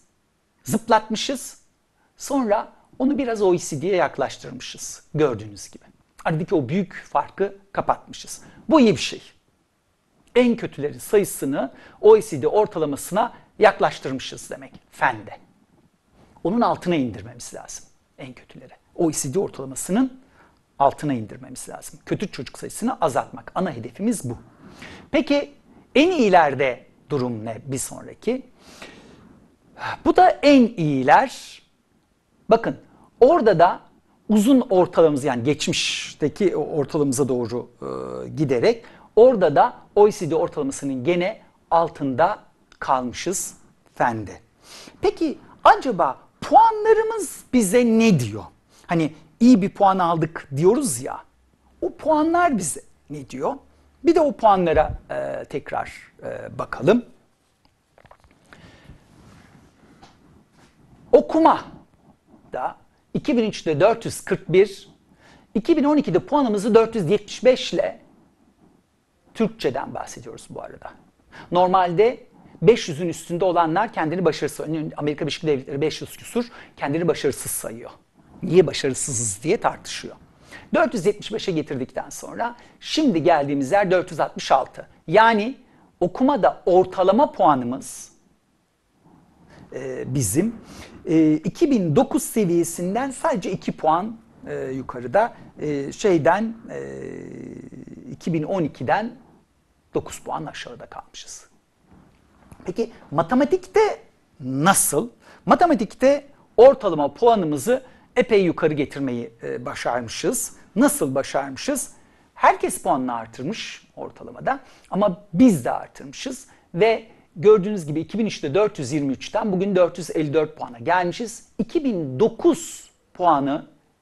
zıplatmışız, sonra onu biraz OECD'ye yaklaştırmışız gördüğünüz gibi. Aradaki o büyük farkı kapatmışız. Bu iyi bir şey. En kötüleri sayısını OECD ortalamasına yaklaştırmışız demek fende. Onun altına indirmemiz lazım en kötüleri. OECD ortalamasının altına indirmemiz lazım. Kötü çocuk sayısını azaltmak. Ana hedefimiz bu. Peki en iyilerde durum ne bir sonraki? Bu da en iyiler. Bakın orada da uzun ortalamamız yani geçmişteki ortalamamıza doğru giderek orada da OECD ortalamasının gene altında kalmışız fende. Peki acaba puanlarımız bize ne diyor? Hani iyi bir puan aldık diyoruz ya. O puanlar bize ne diyor? Bir de o puanlara tekrar bakalım. Okuma da 2003'te 441, 2012'de puanımızı 475 ile Türkçeden bahsediyoruz bu arada. Normalde 500'ün üstünde olanlar kendini başarısız. Amerika Birleşik Devletleri 500 küsur kendini başarısız sayıyor. Niye başarısızız diye tartışıyor. 475'e getirdikten sonra şimdi geldiğimiz yer 466. Yani okumada ortalama puanımız bizim 2009 seviyesinden sadece 2 puan yukarıda 2012'den 9 puan aşağıda kalmışız. Peki matematikte nasıl? Matematikte ortalama puanımızı epey yukarı getirmeyi başarmışız. Nasıl başarmışız? Herkes puanını artırmış ortalamada ama biz de artırmışız ve gördüğünüz gibi 2003'te 423'ten bugün 454 puana gelmişiz. 2009 puanı,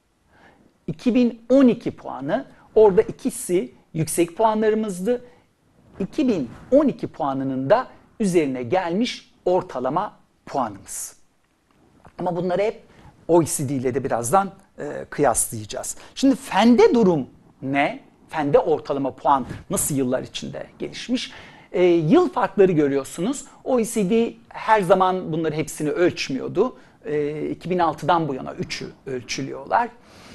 2012 puanı, orada ikisi yüksek puanlarımızdı. 2012 puanının da üzerine gelmiş ortalama puanımız. Ama bunları hep OECD ile de birazdan kıyaslayacağız. Şimdi fende durum ne? Fende ortalama puan nasıl yıllar içinde gelişmiş? Yıl farkları görüyorsunuz. OECD her zaman bunları hepsini ölçmüyordu. 2006'dan bu yana 3'ü ölçülüyorlar.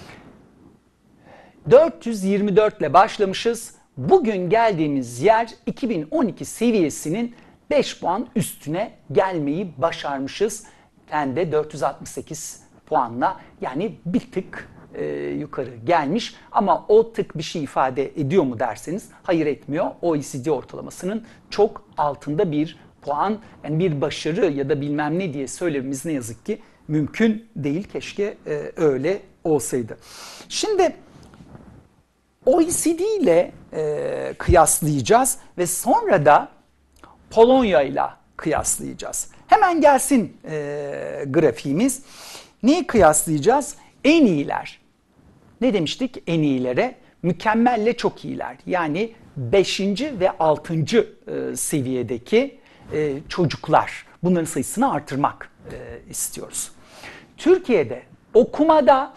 424 ile başlamışız. Bugün geldiğimiz yer 2012 seviyesinin 5 puan üstüne gelmeyi başarmışız. Fende 468 puanla yani bir tık yukarı gelmiş ama o tık bir şey ifade ediyor mu derseniz hayır etmiyor. OECD ortalamasının çok altında bir puan yani bir başarı ya da bilmem ne diye söylememiz ne yazık ki mümkün değil. Keşke öyle olsaydı. Şimdi OECD ile kıyaslayacağız ve sonra da Polonya ile kıyaslayacağız. Hemen gelsin grafiğimiz. Neyi kıyaslayacağız? En iyiler. Ne demiştik en iyilere? Mükemmelle çok iyiler. Yani 5. ve 6. seviyedeki çocuklar. Bunların sayısını artırmak istiyoruz. Türkiye'de okumada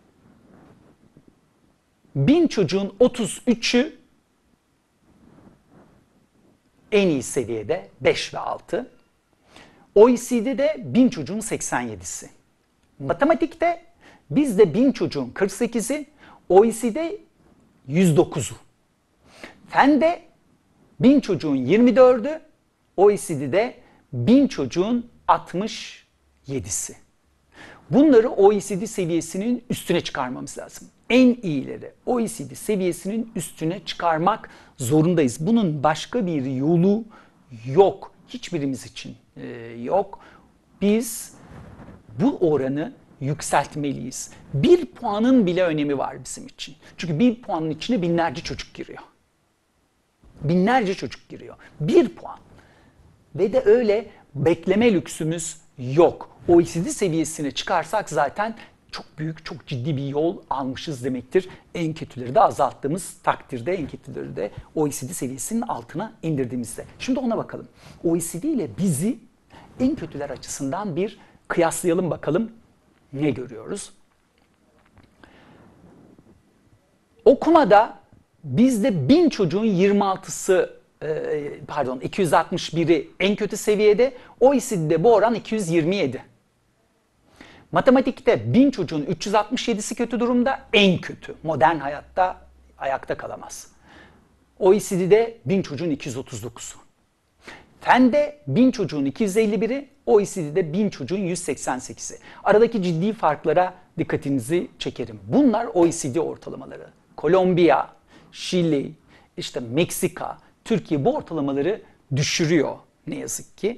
1000 çocuğun 33'ü en iyi seviyede 5 ve 6. OECD'de 1000 çocuğun 87'si. Matematikte bizde 1000 çocuğun 48'i, OECD 109'u. Fende 1000 çocuğun 24'ü, OECD'de 1000 çocuğun 67'si. Bunları OECD seviyesinin üstüne çıkarmamız lazım. En iyileri OECD seviyesinin üstüne çıkarmak zorundayız. Bunun başka bir yolu yok. Hiçbirimiz için yok. Biz bu oranı yükseltmeliyiz. Bir puanın bile önemi var bizim için. Çünkü bir puanın içine binlerce çocuk giriyor. Binlerce çocuk giriyor. Bir puan. Ve de öyle bekleme lüksümüz yok. OECD seviyesine çıkarsak zaten çok büyük, çok ciddi bir yol almışız demektir. En kötüleri de azalttığımız takdirde, en kötüleri de OECD seviyesinin altına indirdiğimizde. Şimdi ona bakalım. OECD ile bizi en kötüler açısından bir kıyaslayalım bakalım ne görüyoruz. Okumada bizde 1000 çocuğun 261'i en kötü seviyede. OECD'de bu oran 227. Matematikte 1000 çocuğun 367'si kötü durumda, en kötü. Modern hayatta ayakta kalamaz. OECD'de 1000 çocuğun 239'u. Fende 1000 çocuğun 251'i, OECD'de 1000 çocuğun 188'i. Aradaki ciddi farklara dikkatinizi çekerim. Bunlar OECD ortalamaları. Kolombiya, Şili, işte Meksika, Türkiye bu ortalamaları düşürüyor ne yazık ki.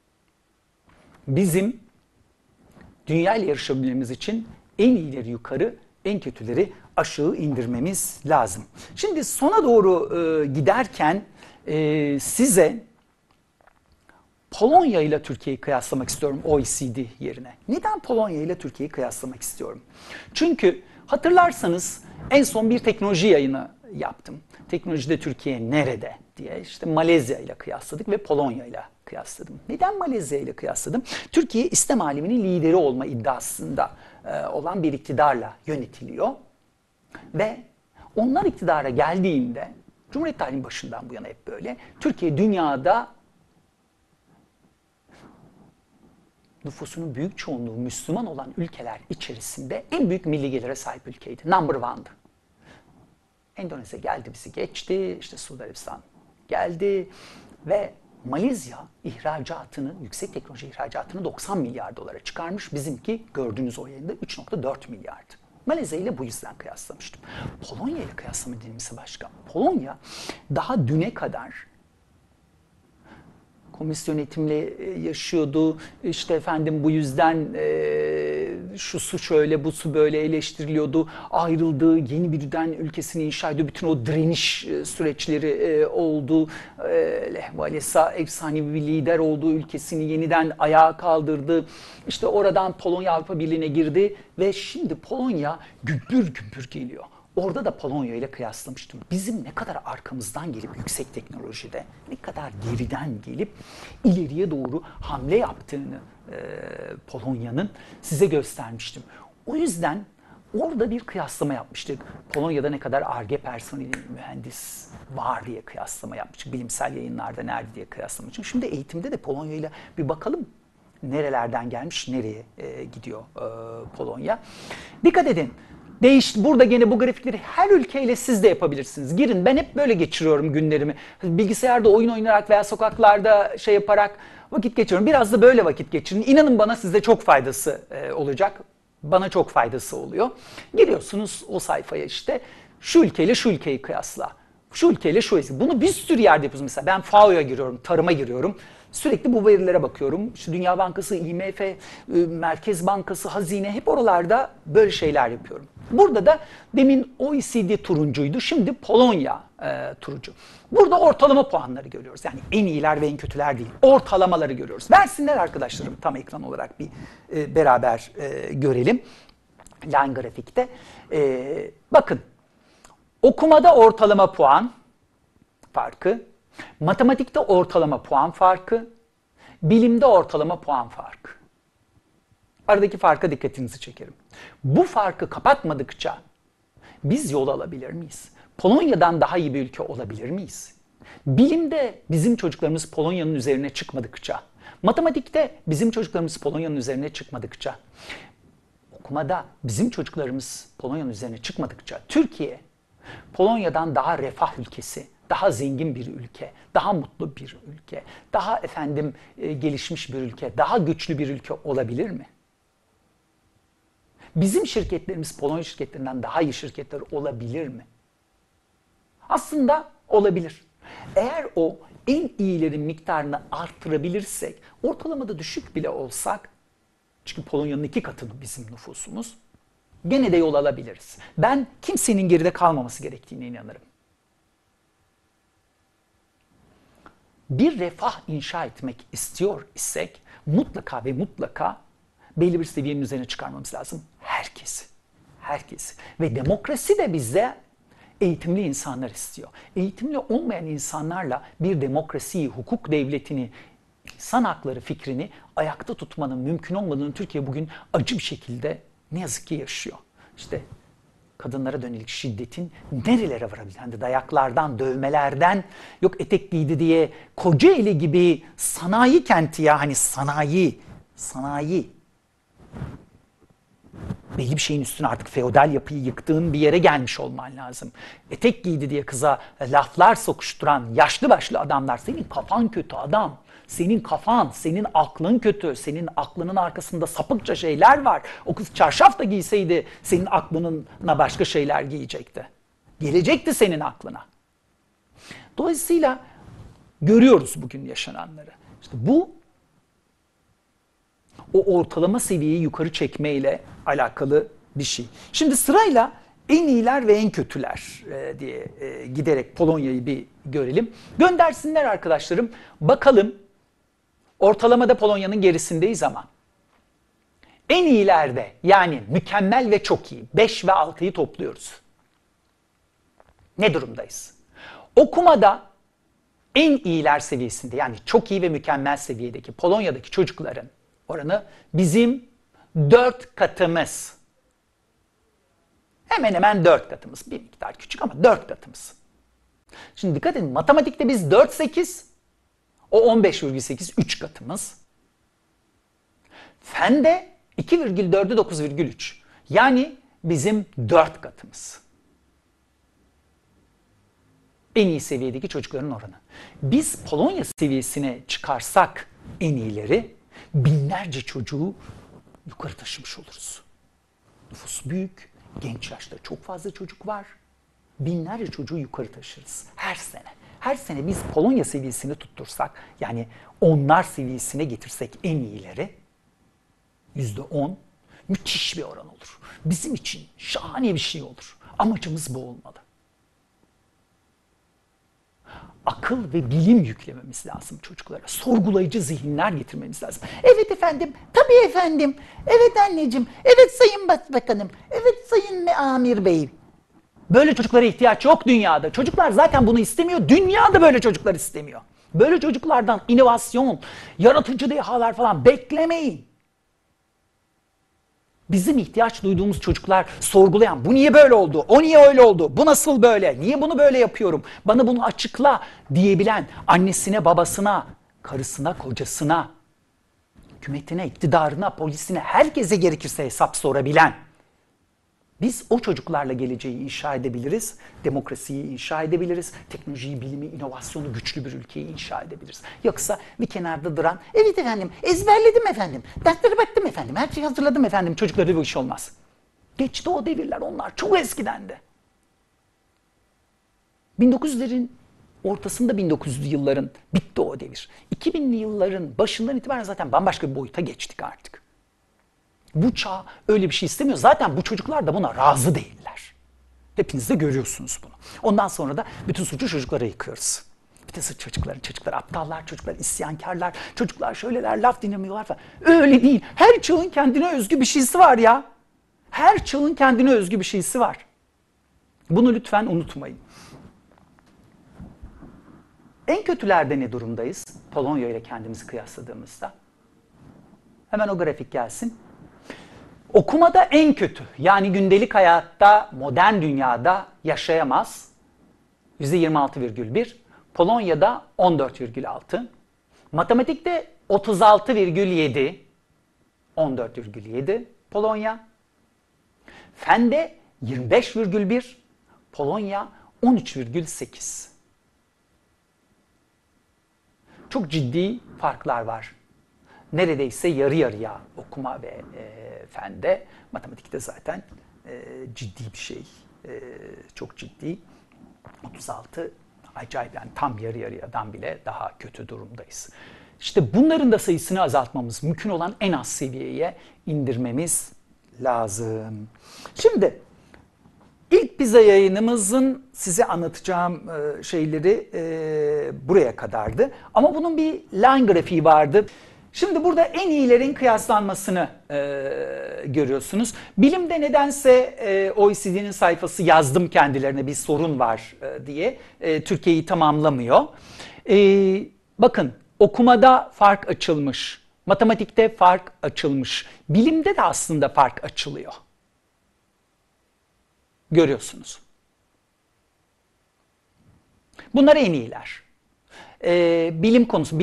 Bizim dünya ile yarışabilmemiz için en iyileri yukarı, en kötüleri aşağı indirmemiz lazım. Şimdi sona doğru giderken size Polonya ile Türkiye'yi kıyaslamak istiyorum OECD yerine. Neden Polonya ile Türkiye'yi kıyaslamak istiyorum? Çünkü hatırlarsanız en son bir teknoloji yayını yaptım. Teknolojide Türkiye nerede diye işte Malezya ile kıyasladık ve Polonya ile kıyasladım. Neden Malezya ile kıyasladım? Türkiye İslam aleminin lideri olma iddiasında olan bir iktidarla yönetiliyor. Ve onlar iktidara geldiğinde, Cumhuriyet tarihinin başından bu yana hep böyle, Türkiye dünyada nüfusunun büyük çoğunluğu Müslüman olan ülkeler içerisinde en büyük milli gelire sahip ülkeydi. Number one'dı. Endonezya geldi bizi geçti, işte Suudi Arabistan geldi ve Malezya ihracatını, yüksek teknoloji ihracatını 90 milyar dolara çıkarmış. Bizimki gördüğünüz o yayında 3,4 milyardı. Malezya ile bu yüzden kıyaslamıştım. Polonya ile kıyaslama dediğimizde başka. Polonya daha düne kadar komünist yönetimle yaşıyordu. İşte efendim bu yüzden şu su şöyle, bu su böyle eleştiriliyordu. Ayrıldı, yeni birden ülkesini inşa ediyor. Bütün o direniş süreçleri oldu. Lech Walesa efsanevi bir lider oldu. Ülkesini yeniden ayağa kaldırdı. İşte oradan Polonya Avrupa Birliği'ne girdi ve şimdi Polonya gümbür gümbür geliyor. Orada da Polonya ile kıyaslamıştım. Bizim ne kadar arkamızdan gelip yüksek teknolojide, ne kadar geriden gelip ileriye doğru hamle yaptığını Polonya'nın size göstermiştim. O yüzden orada bir kıyaslama yapmıştık. Polonya'da ne kadar Ar-Ge personeli, mühendis var diye kıyaslama yapmıştık. Bilimsel yayınlarda nerede diye kıyaslama için. Şimdi eğitimde de Polonya ile bir bakalım. Nerelerden gelmiş, nereye gidiyor Polonya. Dikkat edin. Burada gene bu grafikleri her ülkeyle siz de yapabilirsiniz. Girin, ben hep böyle geçiriyorum günlerimi. Bilgisayarda oyun oynayarak veya sokaklarda şey yaparak vakit geçiriyorum. Biraz da böyle vakit geçirin. İnanın bana size çok faydası olacak. Bana çok faydası oluyor. Giriyorsunuz o sayfaya işte şu ülkeyle şu ülkeyi kıyasla. Şu ülkeyle şu ülkeyi. Bunu bir sürü yerde yapıyoruz. Mesela ben FAO'ya giriyorum, tarıma giriyorum. Sürekli bu verilere bakıyorum. İşte Dünya Bankası, IMF, Merkez Bankası, Hazine hep oralarda böyle şeyler yapıyorum. Burada da demin OECD turuncuydu. Şimdi Polonya turuncu. Burada ortalama puanları görüyoruz. Yani en iyiler ve en kötüler değil. Ortalamaları görüyoruz. Versinler arkadaşlarım tam ekran olarak bir beraber görelim. Line grafikte. Bakın. Okumada ortalama puan farkı. Matematikte ortalama puan farkı. Bilimde ortalama puan farkı. Aradaki farka dikkatinizi çekerim. Bu farkı kapatmadıkça biz yol alabilir miyiz? Polonya'dan daha iyi bir ülke olabilir miyiz? Bilimde bizim çocuklarımız Polonya'nın üzerine çıkmadıkça, matematikte bizim çocuklarımız Polonya'nın üzerine çıkmadıkça, okumada bizim çocuklarımız Polonya'nın üzerine çıkmadıkça, Türkiye Polonya'dan daha refah ülkesi, daha zengin bir ülke, daha mutlu bir ülke, daha gelişmiş bir ülke, daha güçlü bir ülke olabilir mi? Bizim şirketlerimiz Polonya şirketlerinden daha iyi şirketler olabilir mi? Aslında olabilir. Eğer o en iyilerin miktarını arttırabilirsek, ortalamada düşük bile olsak, çünkü Polonya'nın 2 katı bizim nüfusumuz, gene de yol alabiliriz. Ben kimsenin geride kalmaması gerektiğine inanırım. Bir refah inşa etmek istiyor isek mutlaka ve mutlaka belli bir seviyenin üzerine çıkarmamız lazım. Herkesi. Herkesi. Ve demokrasi de bize eğitimli insanlar istiyor. Eğitimli olmayan insanlarla bir demokrasiyi, hukuk devletini, insan hakları fikrini ayakta tutmanın mümkün olmadığını Türkiye bugün acı bir şekilde ne yazık ki yaşıyor. İşte kadınlara dönelik şiddetin nerelere varabildiği, hani dayaklardan, dövmelerden, yok etek giydi diye Kocaeli gibi sanayi kenti ya hani sanayi Belli bir şeyin üstüne artık feodal yapıyı yıktığın bir yere gelmiş olman lazım. Etek giydi diye kıza laflar sokuşturan yaşlı başlı adamlar, senin kafan kötü adam. Senin kafan, senin aklın kötü. Senin aklının arkasında sapıkça şeyler var. O kız çarşaf da giyseydi senin aklına başka şeyler giyecekti. Gelecekti senin aklına. Dolayısıyla görüyoruz bugün yaşananları. İşte bu o ortalama seviyeyi yukarı çekmeyle alakalı bir şey. Şimdi sırayla en iyiler ve en kötüler diye giderek Polonya'yı bir görelim. Göndersinler arkadaşlarım. Bakalım, ortalamada Polonya'nın gerisindeyiz ama en iyilerde, yani mükemmel ve çok iyi, 5 ve 6'yı topluyoruz. Ne durumdayız? Okumada en iyiler seviyesinde, yani çok iyi ve mükemmel seviyedeki Polonya'daki çocukların oranı bizim 4 katımız. Hemen hemen 4 katımız. Bir miktar küçük ama 4 katımız. Şimdi dikkat edin, matematikte biz 4,8, o 15,8, 3 katımız. Fende 2,4'ü 9,3. Yani bizim 4 katımız. En iyi seviyedeki çocukların oranı. Biz Polonya seviyesine çıkarsak en iyileri, binlerce çocuğu yukarı taşımış oluruz. Nüfus büyük, genç yaşta çok fazla çocuk var. Binlerce çocuğu yukarı taşırız her sene. Her sene biz Polonya seviyesini tuttursak, yani onlar seviyesine getirsek en iyileri, %10, müthiş bir oran olur. Bizim için şahane bir şey olur. Amacımız bu olmalı. Akıl ve bilim yüklememiz lazım çocuklara. Sorgulayıcı zihinler getirmemiz lazım. Evet efendim, tabii efendim, evet anneciğim, evet sayın başbakanım, evet sayın amir bey. Böyle çocuklara ihtiyaç yok dünyada. Çocuklar zaten bunu istemiyor. Dünya da böyle çocuklar istemiyor. Böyle çocuklardan inovasyon, yaratıcı dehalar falan beklemeyin. Bizim ihtiyaç duyduğumuz çocuklar sorgulayan, bu niye böyle oldu, o niye öyle oldu, bu nasıl böyle, niye bunu böyle yapıyorum, bana bunu açıkla diyebilen, annesine, babasına, karısına, kocasına, hükümetine, iktidarına, polisine, herkese gerekirse hesap sorabilen, biz o çocuklarla geleceği inşa edebiliriz, demokrasiyi inşa edebiliriz, teknolojiyi, bilimi, inovasyonu güçlü bir ülkeyi inşa edebiliriz. Yoksa bir kenarda duran, evet efendim, ezberledim efendim, derslere baktım efendim, her şeyi hazırladım efendim, çocuklara bu iş olmaz. Geçti o devirler, onlar çok eskidendi. 1900'lerin ortasında, 1900'lü yılların bitti o devir. 2000'li yılların başından itibaren zaten bambaşka bir boyuta geçtik artık. Bu çağ öyle bir şey istemiyor. Zaten bu çocuklar da buna razı değiller. Hepiniz de görüyorsunuz bunu. Ondan sonra da bütün suçu çocuklara yıkıyoruz. Bütün suç çocuklar aptallar, çocuklar isyankarlar, çocuklar şöyleler, laf dinlemiyorlar falan. Öyle değil. Her çağın kendine özgü bir şeysi var ya. Her çağın kendine özgü bir şeysi var. Bunu lütfen unutmayın. En kötülerde ne durumdayız? Polonya ile kendimizi kıyasladığımızda. Hemen o grafik gelsin. Okumada en kötü, yani gündelik hayatta, modern dünyada yaşayamaz. %26,1. Polonya'da 14,6. Matematikte 36,7. 14,7 Polonya. Fende 25,1. Polonya 13,8. Çok ciddi farklar var. Neredeyse yarı yarıya okuma ve fende. Matematikte zaten ciddi bir şey. Çok ciddi. 36 acayip, yani tam yarı yarıyadan bile daha kötü durumdayız. İşte bunların da sayısını azaltmamız, mümkün olan en az seviyeye indirmemiz lazım. Şimdi ilk pizza yayınımızın size anlatacağım şeyleri buraya kadardı. Ama bunun bir line grafiği vardı. Şimdi burada en iyilerin kıyaslanmasını görüyorsunuz. Bilimde nedense OECD'nin sayfası yazdım kendilerine bir sorun var diye Türkiye'yi tamamlamıyor. Bakın, okumada fark açılmış, matematikte fark açılmış, bilimde de aslında fark açılıyor. Görüyorsunuz. Bunlar en iyiler. Bilim konusu,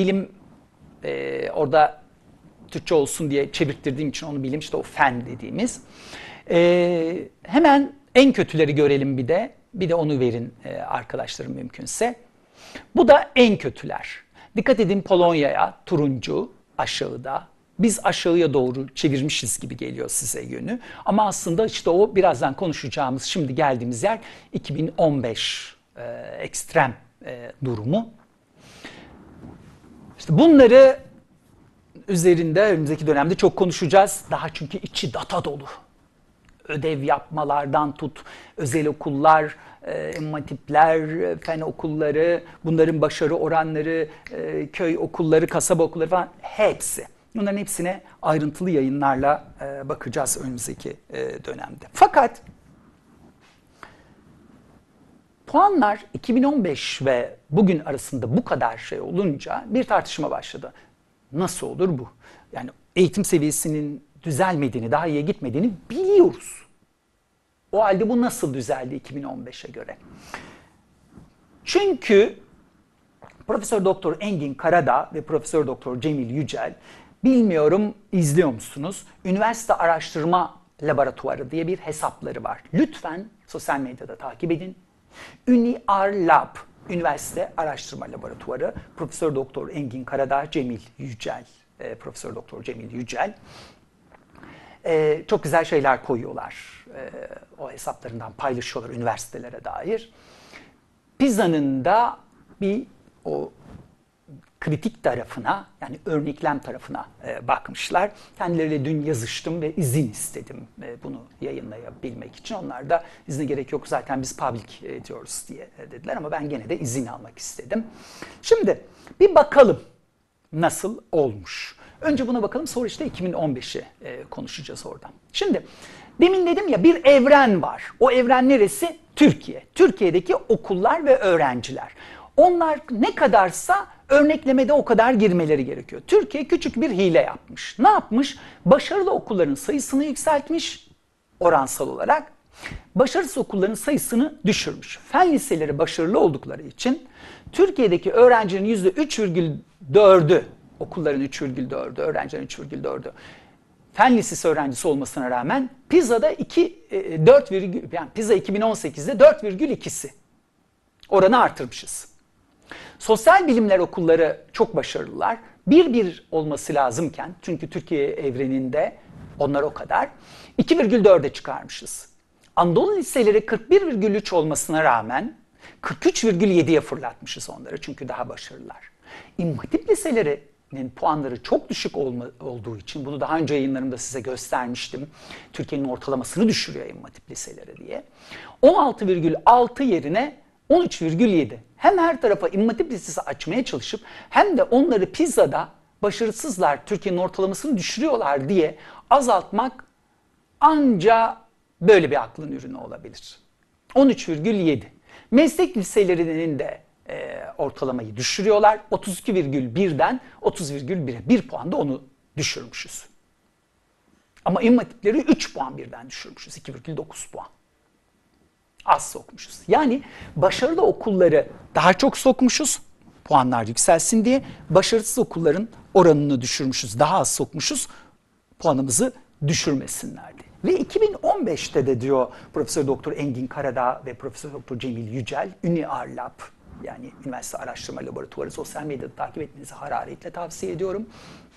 orada Türkçe olsun diye çevirttirdiğim için onu bilim, işte o fen dediğimiz. Hemen en kötüleri görelim bir de. Bir de onu verin arkadaşlarım mümkünse. Bu da en kötüler. Dikkat edin Polonya'ya turuncu aşağıda. Biz aşağıya doğru çevirmişiz gibi geliyor size yönü. Ama aslında işte o birazdan konuşacağımız şimdi geldiğimiz yer 2015 ekstrem durumu. İşte bunları üzerinde önümüzdeki dönemde çok konuşacağız. Daha çünkü içi data dolu. Ödev yapmalardan tut, özel okullar, imam hatipler, fen okulları, bunların başarı oranları, köy okulları, kasaba okulları falan hepsi. Bunların hepsine ayrıntılı yayınlarla bakacağız önümüzdeki dönemde. Fakat puanlar 2015 ve bugün arasında bu kadar şey olunca bir tartışma başladı. Nasıl olur bu? Yani eğitim seviyesinin düzelmediğini, daha iyiye gitmediğini biliyoruz. O halde bu nasıl düzeldi 2015'e göre? Çünkü Profesör Doktor Engin Karadağ ve Profesör Doktor Cemil Yücel, bilmiyorum izliyor musunuz? Üniversite Araştırma Laboratuvarı diye bir hesapları var. Lütfen sosyal medyada takip edin. UniArLab, Üniversite Araştırma Laboratuvarı, Profesör Doktor Engin Karadağ, Cemil Yücel, Profesör Doktor Cemil Yücel. Çok güzel şeyler koyuyorlar. O hesaplarından paylaşıyorlar üniversitelere dair. PISA'nın da bir o kritik tarafına, yani örneklem tarafına bakmışlar. Kendileriyle dün yazıştım ve izin istedim bunu yayınlayabilmek için. Onlar da izne gerek yok zaten biz public ediyoruz diye dediler ama ben gene de izin almak istedim. Şimdi bir bakalım nasıl olmuş. Önce buna bakalım, sonra işte 2015'i konuşacağız oradan. Şimdi demin dedim ya, bir evren var. O evren neresi? Türkiye. Türkiye'deki okullar ve öğrenciler. Onlar ne kadarsa örneklemede o kadar girmeleri gerekiyor. Türkiye küçük bir hile yapmış. Ne yapmış? Başarılı okulların sayısını yükseltmiş oransal olarak. Başarısız okulların sayısını düşürmüş. Fen liseleri başarılı oldukları için Türkiye'deki öğrencinin %3,4'ü, okulların 3,4'ü, öğrencilerin 3,4'ü fen lisesi öğrencisi olmasına rağmen PISA'da 4, yani PISA 2018'de 4,2'si. Oranı artırmışız. Sosyal bilimler okulları çok başarılılar. 1,1 olması lazımken, çünkü Türkiye evreninde onlar o kadar, 2,4'e çıkarmışız. Anadolu liseleri 41,3 olmasına rağmen 43,7'ye fırlatmışız onları, çünkü daha başarılılar. İmam Hatip liselerinin puanları çok düşük olduğu için, bunu daha önce yayınlarımda size göstermiştim. Türkiye'nin ortalamasını düşürüyor İmam Hatip liseleri diye. 16,6 yerine 13,7. Hem her tarafa İmam Hatip Lisesi açmaya çalışıp hem de onları PISA'da başarısızlar, Türkiye'nin ortalamasını düşürüyorlar diye azaltmak anca böyle bir aklın ürünü olabilir. 13,7. Meslek liselerinin de ortalamayı düşürüyorlar. 32,1'den 30,1'e. 1 puan da onu düşürmüşüz. Ama İmam Hatipleri 3 puan birden düşürmüşüz. 2,9 puan. Az sokmuşuz. Yani başarılı okulları daha çok sokmuşuz, puanlar yükselsin diye. Başarısız okulların oranını düşürmüşüz, daha az sokmuşuz, puanımızı düşürmesinler diye. Ve 2015'te de diyor Profesör Doktor Engin Karadağ ve Profesör Doktor Cemil Yücel, UniArLab, yani Üniversite Araştırma Laboratuvarı, sosyal medyada takip etmenizi hararetle tavsiye ediyorum.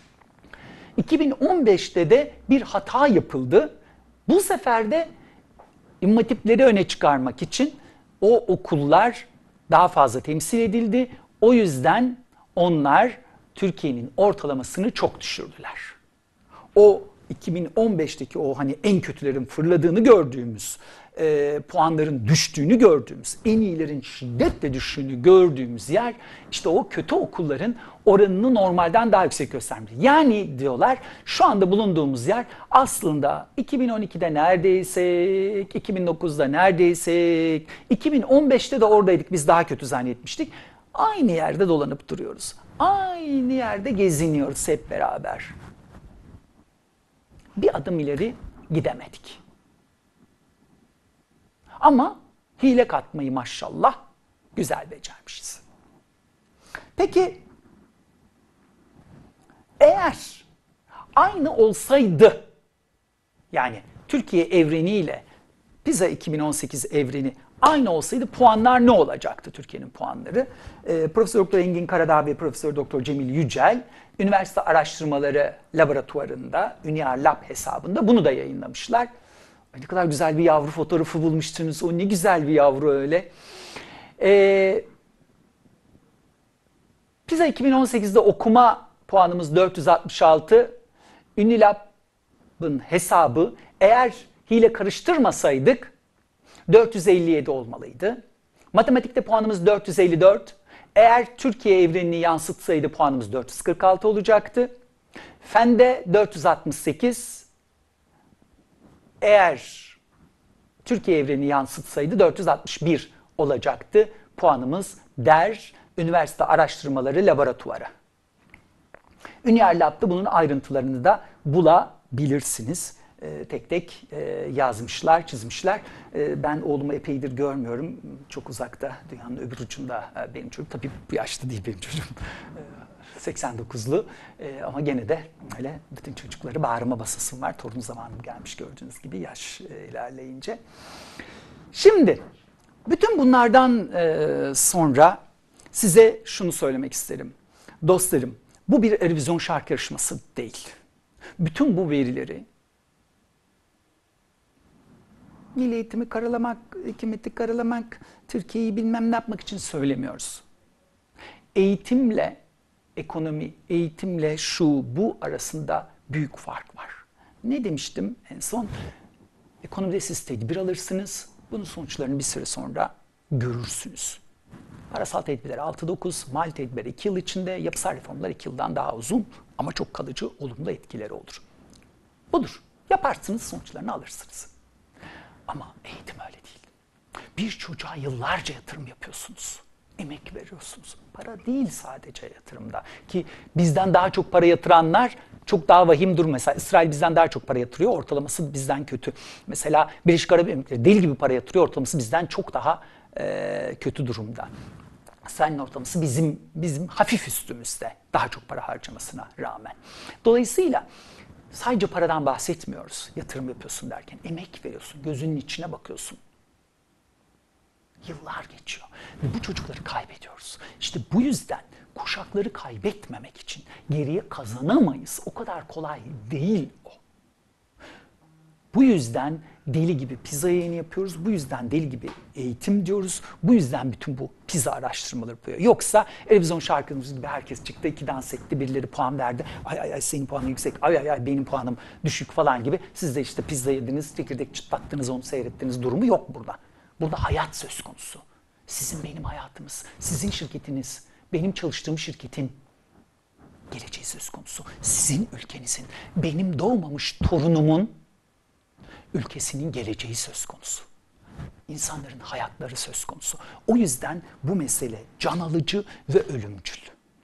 2015'te de bir hata yapıldı. Bu sefer de İmam Hatipleri öne çıkarmak için o okullar daha fazla temsil edildi. O yüzden onlar Türkiye'nin ortalamasını çok düşürdüler. O 2015'teki o hani en kötülerin fırladığını gördüğümüz, puanların düştüğünü gördüğümüz, en iyilerin şiddetle düştüğünü gördüğümüz yer, işte o kötü okulların oranını normalden daha yüksek göstermiş. Yani diyorlar, şu anda bulunduğumuz yer aslında 2012'de neredeysek, 2009'da neredeysek, 2015'te de oradaydık, biz daha kötü zannetmiştik. Aynı yerde dolanıp duruyoruz. Aynı yerde geziniyoruz hep beraber. Bir adım ileri gidemedik. Ama hile katmayı maşallah güzel becermişiz. Peki eğer aynı olsaydı, yani Türkiye evreniyle PISA 2018 evreni aynı olsaydı puanlar ne olacaktı, Türkiye'nin puanları? Profesör Doktor Engin Karadağ ve Profesör Doktor Cemil Yücel Üniversite Araştırmaları Laboratuvarı'nda, Uniar Lab hesabında bunu da yayınlamışlar. Ne kadar güzel bir yavru fotoğrafı bulmuştunuz. O ne güzel bir yavru öyle. PISA 2018'de okuma puanımız 466. Unilab'ın hesabı eğer hile karıştırmasaydık 457 olmalıydı. Matematikte puanımız 454. Eğer Türkiye evrenini yansıtsaydı puanımız 446 olacaktı. Fende 468. Eğer Türkiye evrenini yansıtsaydı 461 olacaktı. Puanımız der Üniversite Araştırmaları Laboratuvarı. Uniar Lab'da bunun ayrıntılarını da bulabilirsiniz. Tek tek yazmışlar, çizmişler. Ben oğlumu epeydir görmüyorum. Çok uzakta, dünyanın öbür ucunda benim çocuğum. Tabii bu yaşta değil benim çocuğum. 89'lu ama gene de öyle bütün çocukları bağrıma basasım var. Torun zamanım gelmiş gördüğünüz gibi yaş ilerleyince. Şimdi bütün bunlardan sonra size şunu söylemek isterim. Dostlarım, bu bir Eurovision şarkı yarışması değil. Bütün bu verileri milli eğitimi karalamak, hükümeti karalamak, Türkiye'yi bilmem ne yapmak için söylemiyoruz. Eğitimle ekonomi, eğitimle şu bu arasında büyük fark var. Ne demiştim en son? Ekonomide siz tedbir alırsınız, bunun sonuçlarını bir süre sonra görürsünüz. Parasal tedbirler 6-9, mali tedbirler 2 yıl içinde, yapısal reformlar 2 yıldan daha uzun ama çok kalıcı, olumlu etkileri olur. Budur. Yaparsınız, sonuçlarını alırsınız. Ama eğitim öyle değil. Bir çocuğa yıllarca yatırım yapıyorsunuz. Emek veriyorsunuz. Para değil sadece yatırımda. Ki bizden daha çok para yatıranlar çok daha vahim durum. Mesela İsrail bizden daha çok para yatırıyor. Ortalaması bizden kötü. Mesela Birleşik Arap Emirlikleri deli gibi para yatırıyor. Ortalaması bizden çok daha kötü durumda. İsrail'in ortalaması bizim hafif üstümüzde. Daha çok para harcamasına rağmen. Dolayısıyla sadece paradan bahsetmiyoruz yatırım yapıyorsun derken. Emek veriyorsun, gözünün içine bakıyorsun. Yıllar geçiyor ve bu çocukları kaybediyoruz. İşte bu yüzden kuşakları kaybetmemek için geriye kazanamayız. O kadar kolay değil o. Bu yüzden deli gibi PISA yayını yapıyoruz. Bu yüzden deli gibi eğitim diyoruz. Bu yüzden bütün bu PISA araştırmaları yapıyor. Yoksa Eurovision şarkımız gibi herkes çıktı, iki dans etti, birileri puan verdi. Ay ay ay senin puanın yüksek, ay ay ay benim puanım düşük falan gibi. Siz de işte pizza yediniz, çekirdek çıtlattınız, onu seyrettiniz durumu yok burada. Burada hayat söz konusu. Sizin benim hayatımız, sizin şirketiniz, benim çalıştığım şirketin geleceği söz konusu. Sizin ülkenizin, benim doğmamış torunumun ülkesinin geleceği söz konusu. İnsanların hayatları söz konusu. O yüzden bu mesele can alıcı ve ölümcül.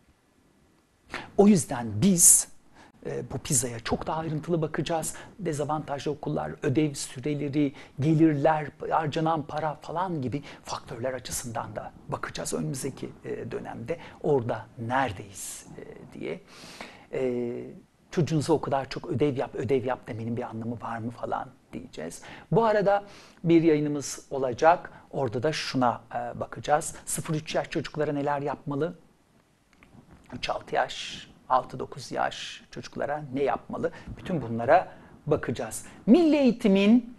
O yüzden biz bu PISA'ya çok daha ayrıntılı bakacağız. Dezavantajlı okullar, ödev süreleri, gelirler, harcanan para falan gibi faktörler açısından da bakacağız önümüzdeki dönemde. Orada neredeyiz diye. Çocuğunuza o kadar çok ödev yap demenin bir anlamı var mı falan diyeceğiz. Bu arada bir yayınımız olacak. Orada da şuna bakacağız. 0-3 yaş çocuklara neler yapmalı? 3-6 yaş, 6-9 yaş çocuklara ne yapmalı? Bütün bunlara bakacağız. Milli eğitimin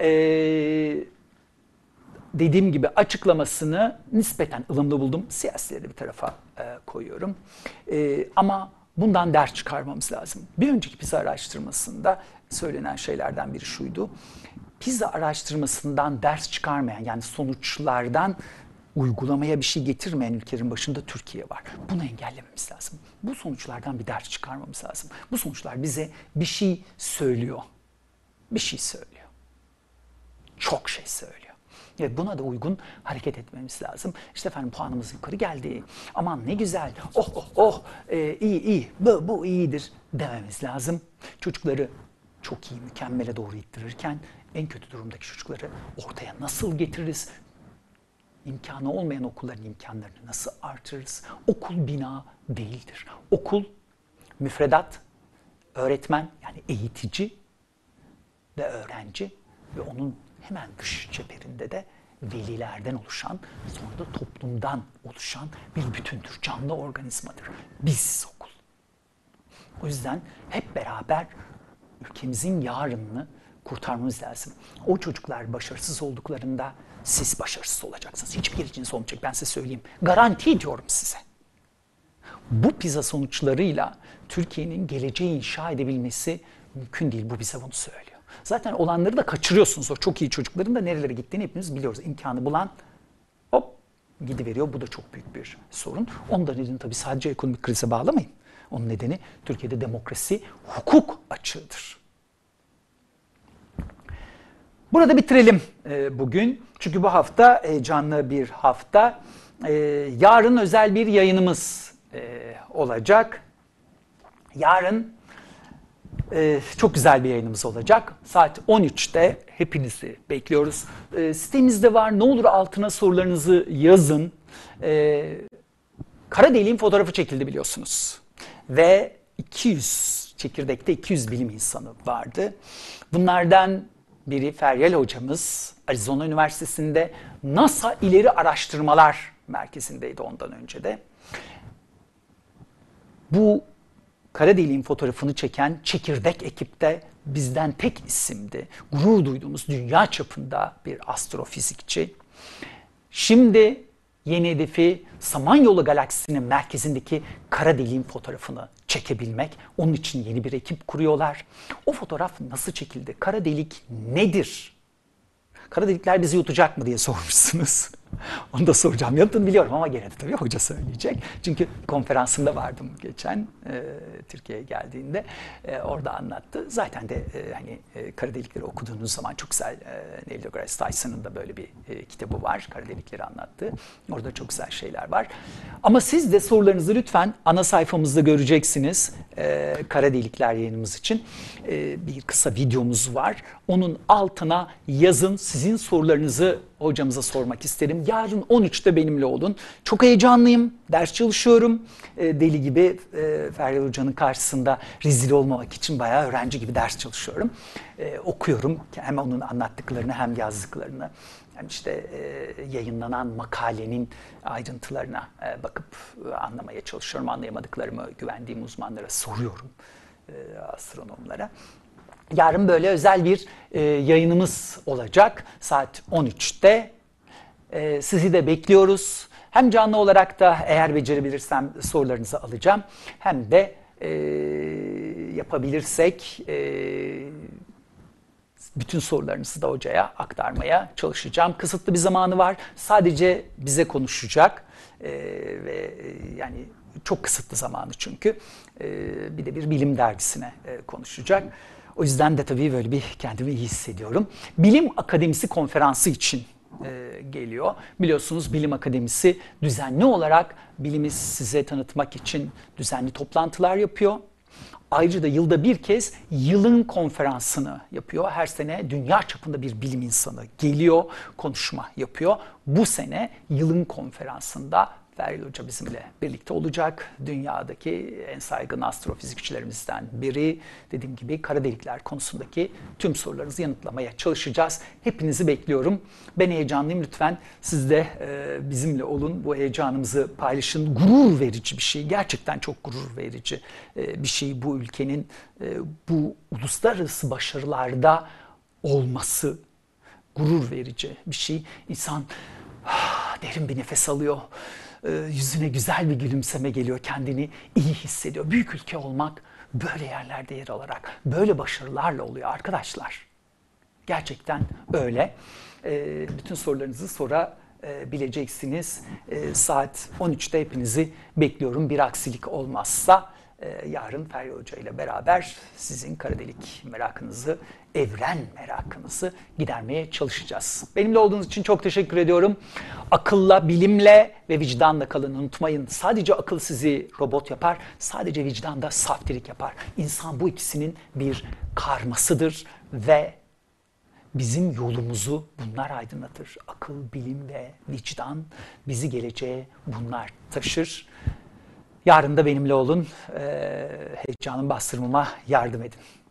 dediğim gibi açıklamasını nispeten ılımlı buldum. Siyasileri bir tarafa koyuyorum. Ama bundan ders çıkarmamız lazım. Bir önceki PISA araştırmasında söylenen şeylerden biri şuydu. PISA araştırmasından ders çıkarmayan, yani sonuçlardan uygulamaya bir şey getirmeyen ülkelerin başında Türkiye var. Bunu engellememiz lazım. Bu sonuçlardan bir ders çıkarmamız lazım. Bu sonuçlar bize bir şey söylüyor. Bir şey söylüyor. Çok şey söylüyor. Ve buna da uygun hareket etmemiz lazım. İşte efendim puanımız yukarı geldi. Aman ne güzel. İyi. Bu iyidir dememiz lazım. Çocukları çok iyi, mükemmele doğru ittirirken en kötü durumdaki çocukları ortaya nasıl getiririz? İmkanı olmayan okulların imkanlarını nasıl artırırız? Okul bina değildir. Okul müfredat, öğretmen yani eğitici ve öğrenci ve onun hemen dış çeperinde de velilerden oluşan, sonra da toplumdan oluşan bir bütündür, canlı organizmadır. Biz okul. O yüzden hep beraber ülkemizin yarınını kurtarmamız lazım. O çocuklar başarısız olduklarında siz başarısız olacaksınız. Hiçbir için olmayacak, ben size söyleyeyim. Garanti ediyorum size. Bu PISA sonuçlarıyla Türkiye'nin geleceği inşa edebilmesi mümkün değil. Bu bize bunu söylüyor. Zaten olanları da kaçırıyorsunuz. O çok iyi çocukların da nerelere gittiğini hepimiz biliyoruz. İmkanı bulan hop gidiveriyor. Bu da çok büyük bir sorun. Onun da nedeni tabii sadece ekonomik krize bağlamayın. Onun nedeni Türkiye'de demokrasi, hukuk açığıdır. Burada bitirelim bugün. Çünkü bu hafta canlı bir hafta. Yarın özel bir yayınımız olacak. Yarın çok güzel bir yayınımız olacak. Saat 13'te hepinizi bekliyoruz. Sitemizde var. Ne olur altına sorularınızı yazın. Kara deliğin fotoğrafı çekildi biliyorsunuz. Ve 200, çekirdekte 200 bilim insanı vardı. Bunlardan biri Feryal hocamız Arizona Üniversitesi'nde NASA İleri Araştırmalar Merkezi'ndeydi ondan önce de. Bu kara deliğin fotoğrafını çeken çekirdek ekipte bizden tek isimdi. Gurur duyduğumuz dünya çapında bir astrofizikçi. Şimdi yeni hedefi Samanyolu galaksisinin merkezindeki kara deliğin fotoğrafını çekebilmek. Onun için yeni bir ekip kuruyorlar. O fotoğraf nasıl çekildi? Kara delik nedir? Kara delikler bizi yutacak mı diye sormuşsunuz. Onu da soracağım. Yanıtını biliyorum ama gene de tabii hoca söyleyecek. Çünkü konferansında vardım geçen Türkiye'ye geldiğinde. Orada anlattı. Zaten de hani kara delikleri okuduğunuz zaman çok güzel Neil deGrasse Tyson'ın da böyle bir kitabı var. Kara delikleri anlattığı. Orada çok güzel şeyler var. Ama siz de sorularınızı lütfen ana sayfamızda göreceksiniz. Kara delikler yayınımız için bir kısa videomuz var. Onun altına yazın. Sizin sorularınızı hocamıza sormak isterim. Yarın 13'te benimle olun. Çok heyecanlıyım. Ders çalışıyorum. Deli gibi Feryal Hoca'nın karşısında rezil olmamak için bayağı öğrenci gibi ders çalışıyorum. Okuyorum. Hem onun anlattıklarını hem yazdıklarını. Hem işte yayınlanan makalenin ayrıntılarına bakıp anlamaya çalışıyorum. Anlayamadıklarımı güvendiğim uzmanlara soruyorum. Astronomlara. Yarın böyle özel bir yayınımız olacak. Saat 13'te. Sizi de bekliyoruz. Hem canlı olarak da eğer becerebilirsem sorularınızı alacağım. Hem de yapabilirsek bütün sorularınızı da hocaya aktarmaya çalışacağım. Kısıtlı bir zamanı var. Sadece bize konuşacak. Ve yani çok kısıtlı zamanı çünkü. Bir de bir bilim dergisine konuşacak. O yüzden de tabii böyle bir kendimi iyi hissediyorum. Bilim Akademisi konferansı için geliyor. Biliyorsunuz Bilim Akademisi düzenli olarak bilimi size tanıtmak için düzenli toplantılar yapıyor. Ayrıca da yılda bir kez yılın konferansını yapıyor. Her sene dünya çapında bir bilim insanı geliyor, konuşma yapıyor. Bu sene yılın konferansında Feryal Hoca bizimle birlikte olacak. Dünyadaki en saygın astrofizikçilerimizden biri. Dediğim gibi kara delikler konusundaki tüm sorularınızı yanıtlamaya çalışacağız. Hepinizi bekliyorum. Ben heyecanlıyım. Lütfen siz de bizimle olun. Bu heyecanımızı paylaşın. Gurur verici bir şey. Gerçekten çok gurur verici bir şey. Bu ülkenin bu uluslararası başarılarda olması gurur verici bir şey. İnsan derin bir nefes alıyor. Yüzüne güzel bir gülümseme geliyor, kendini iyi hissediyor. Büyük ülke olmak böyle yerlerde yer alarak, böyle başarılarla oluyor arkadaşlar. Gerçekten öyle. Bütün sorularınızı sorabileceksiniz. Saat 13'te hepinizi bekliyorum. Bir aksilik olmazsa yarın Feryal Hoca ile beraber sizin kara delik merakınızı, evren merakınızı gidermeye çalışacağız. Benimle olduğunuz için çok teşekkür ediyorum. Akılla, bilimle ve vicdanla kalın, unutmayın. Sadece akıl sizi robot yapar, sadece vicdan da saftirik yapar. İnsan bu ikisinin bir karmasıdır ve bizim yolumuzu bunlar aydınlatır. Akıl, bilim ve vicdan bizi geleceğe bunlar taşır. Yarın da benimle olun. Heyecanımı bastırmama yardım edin.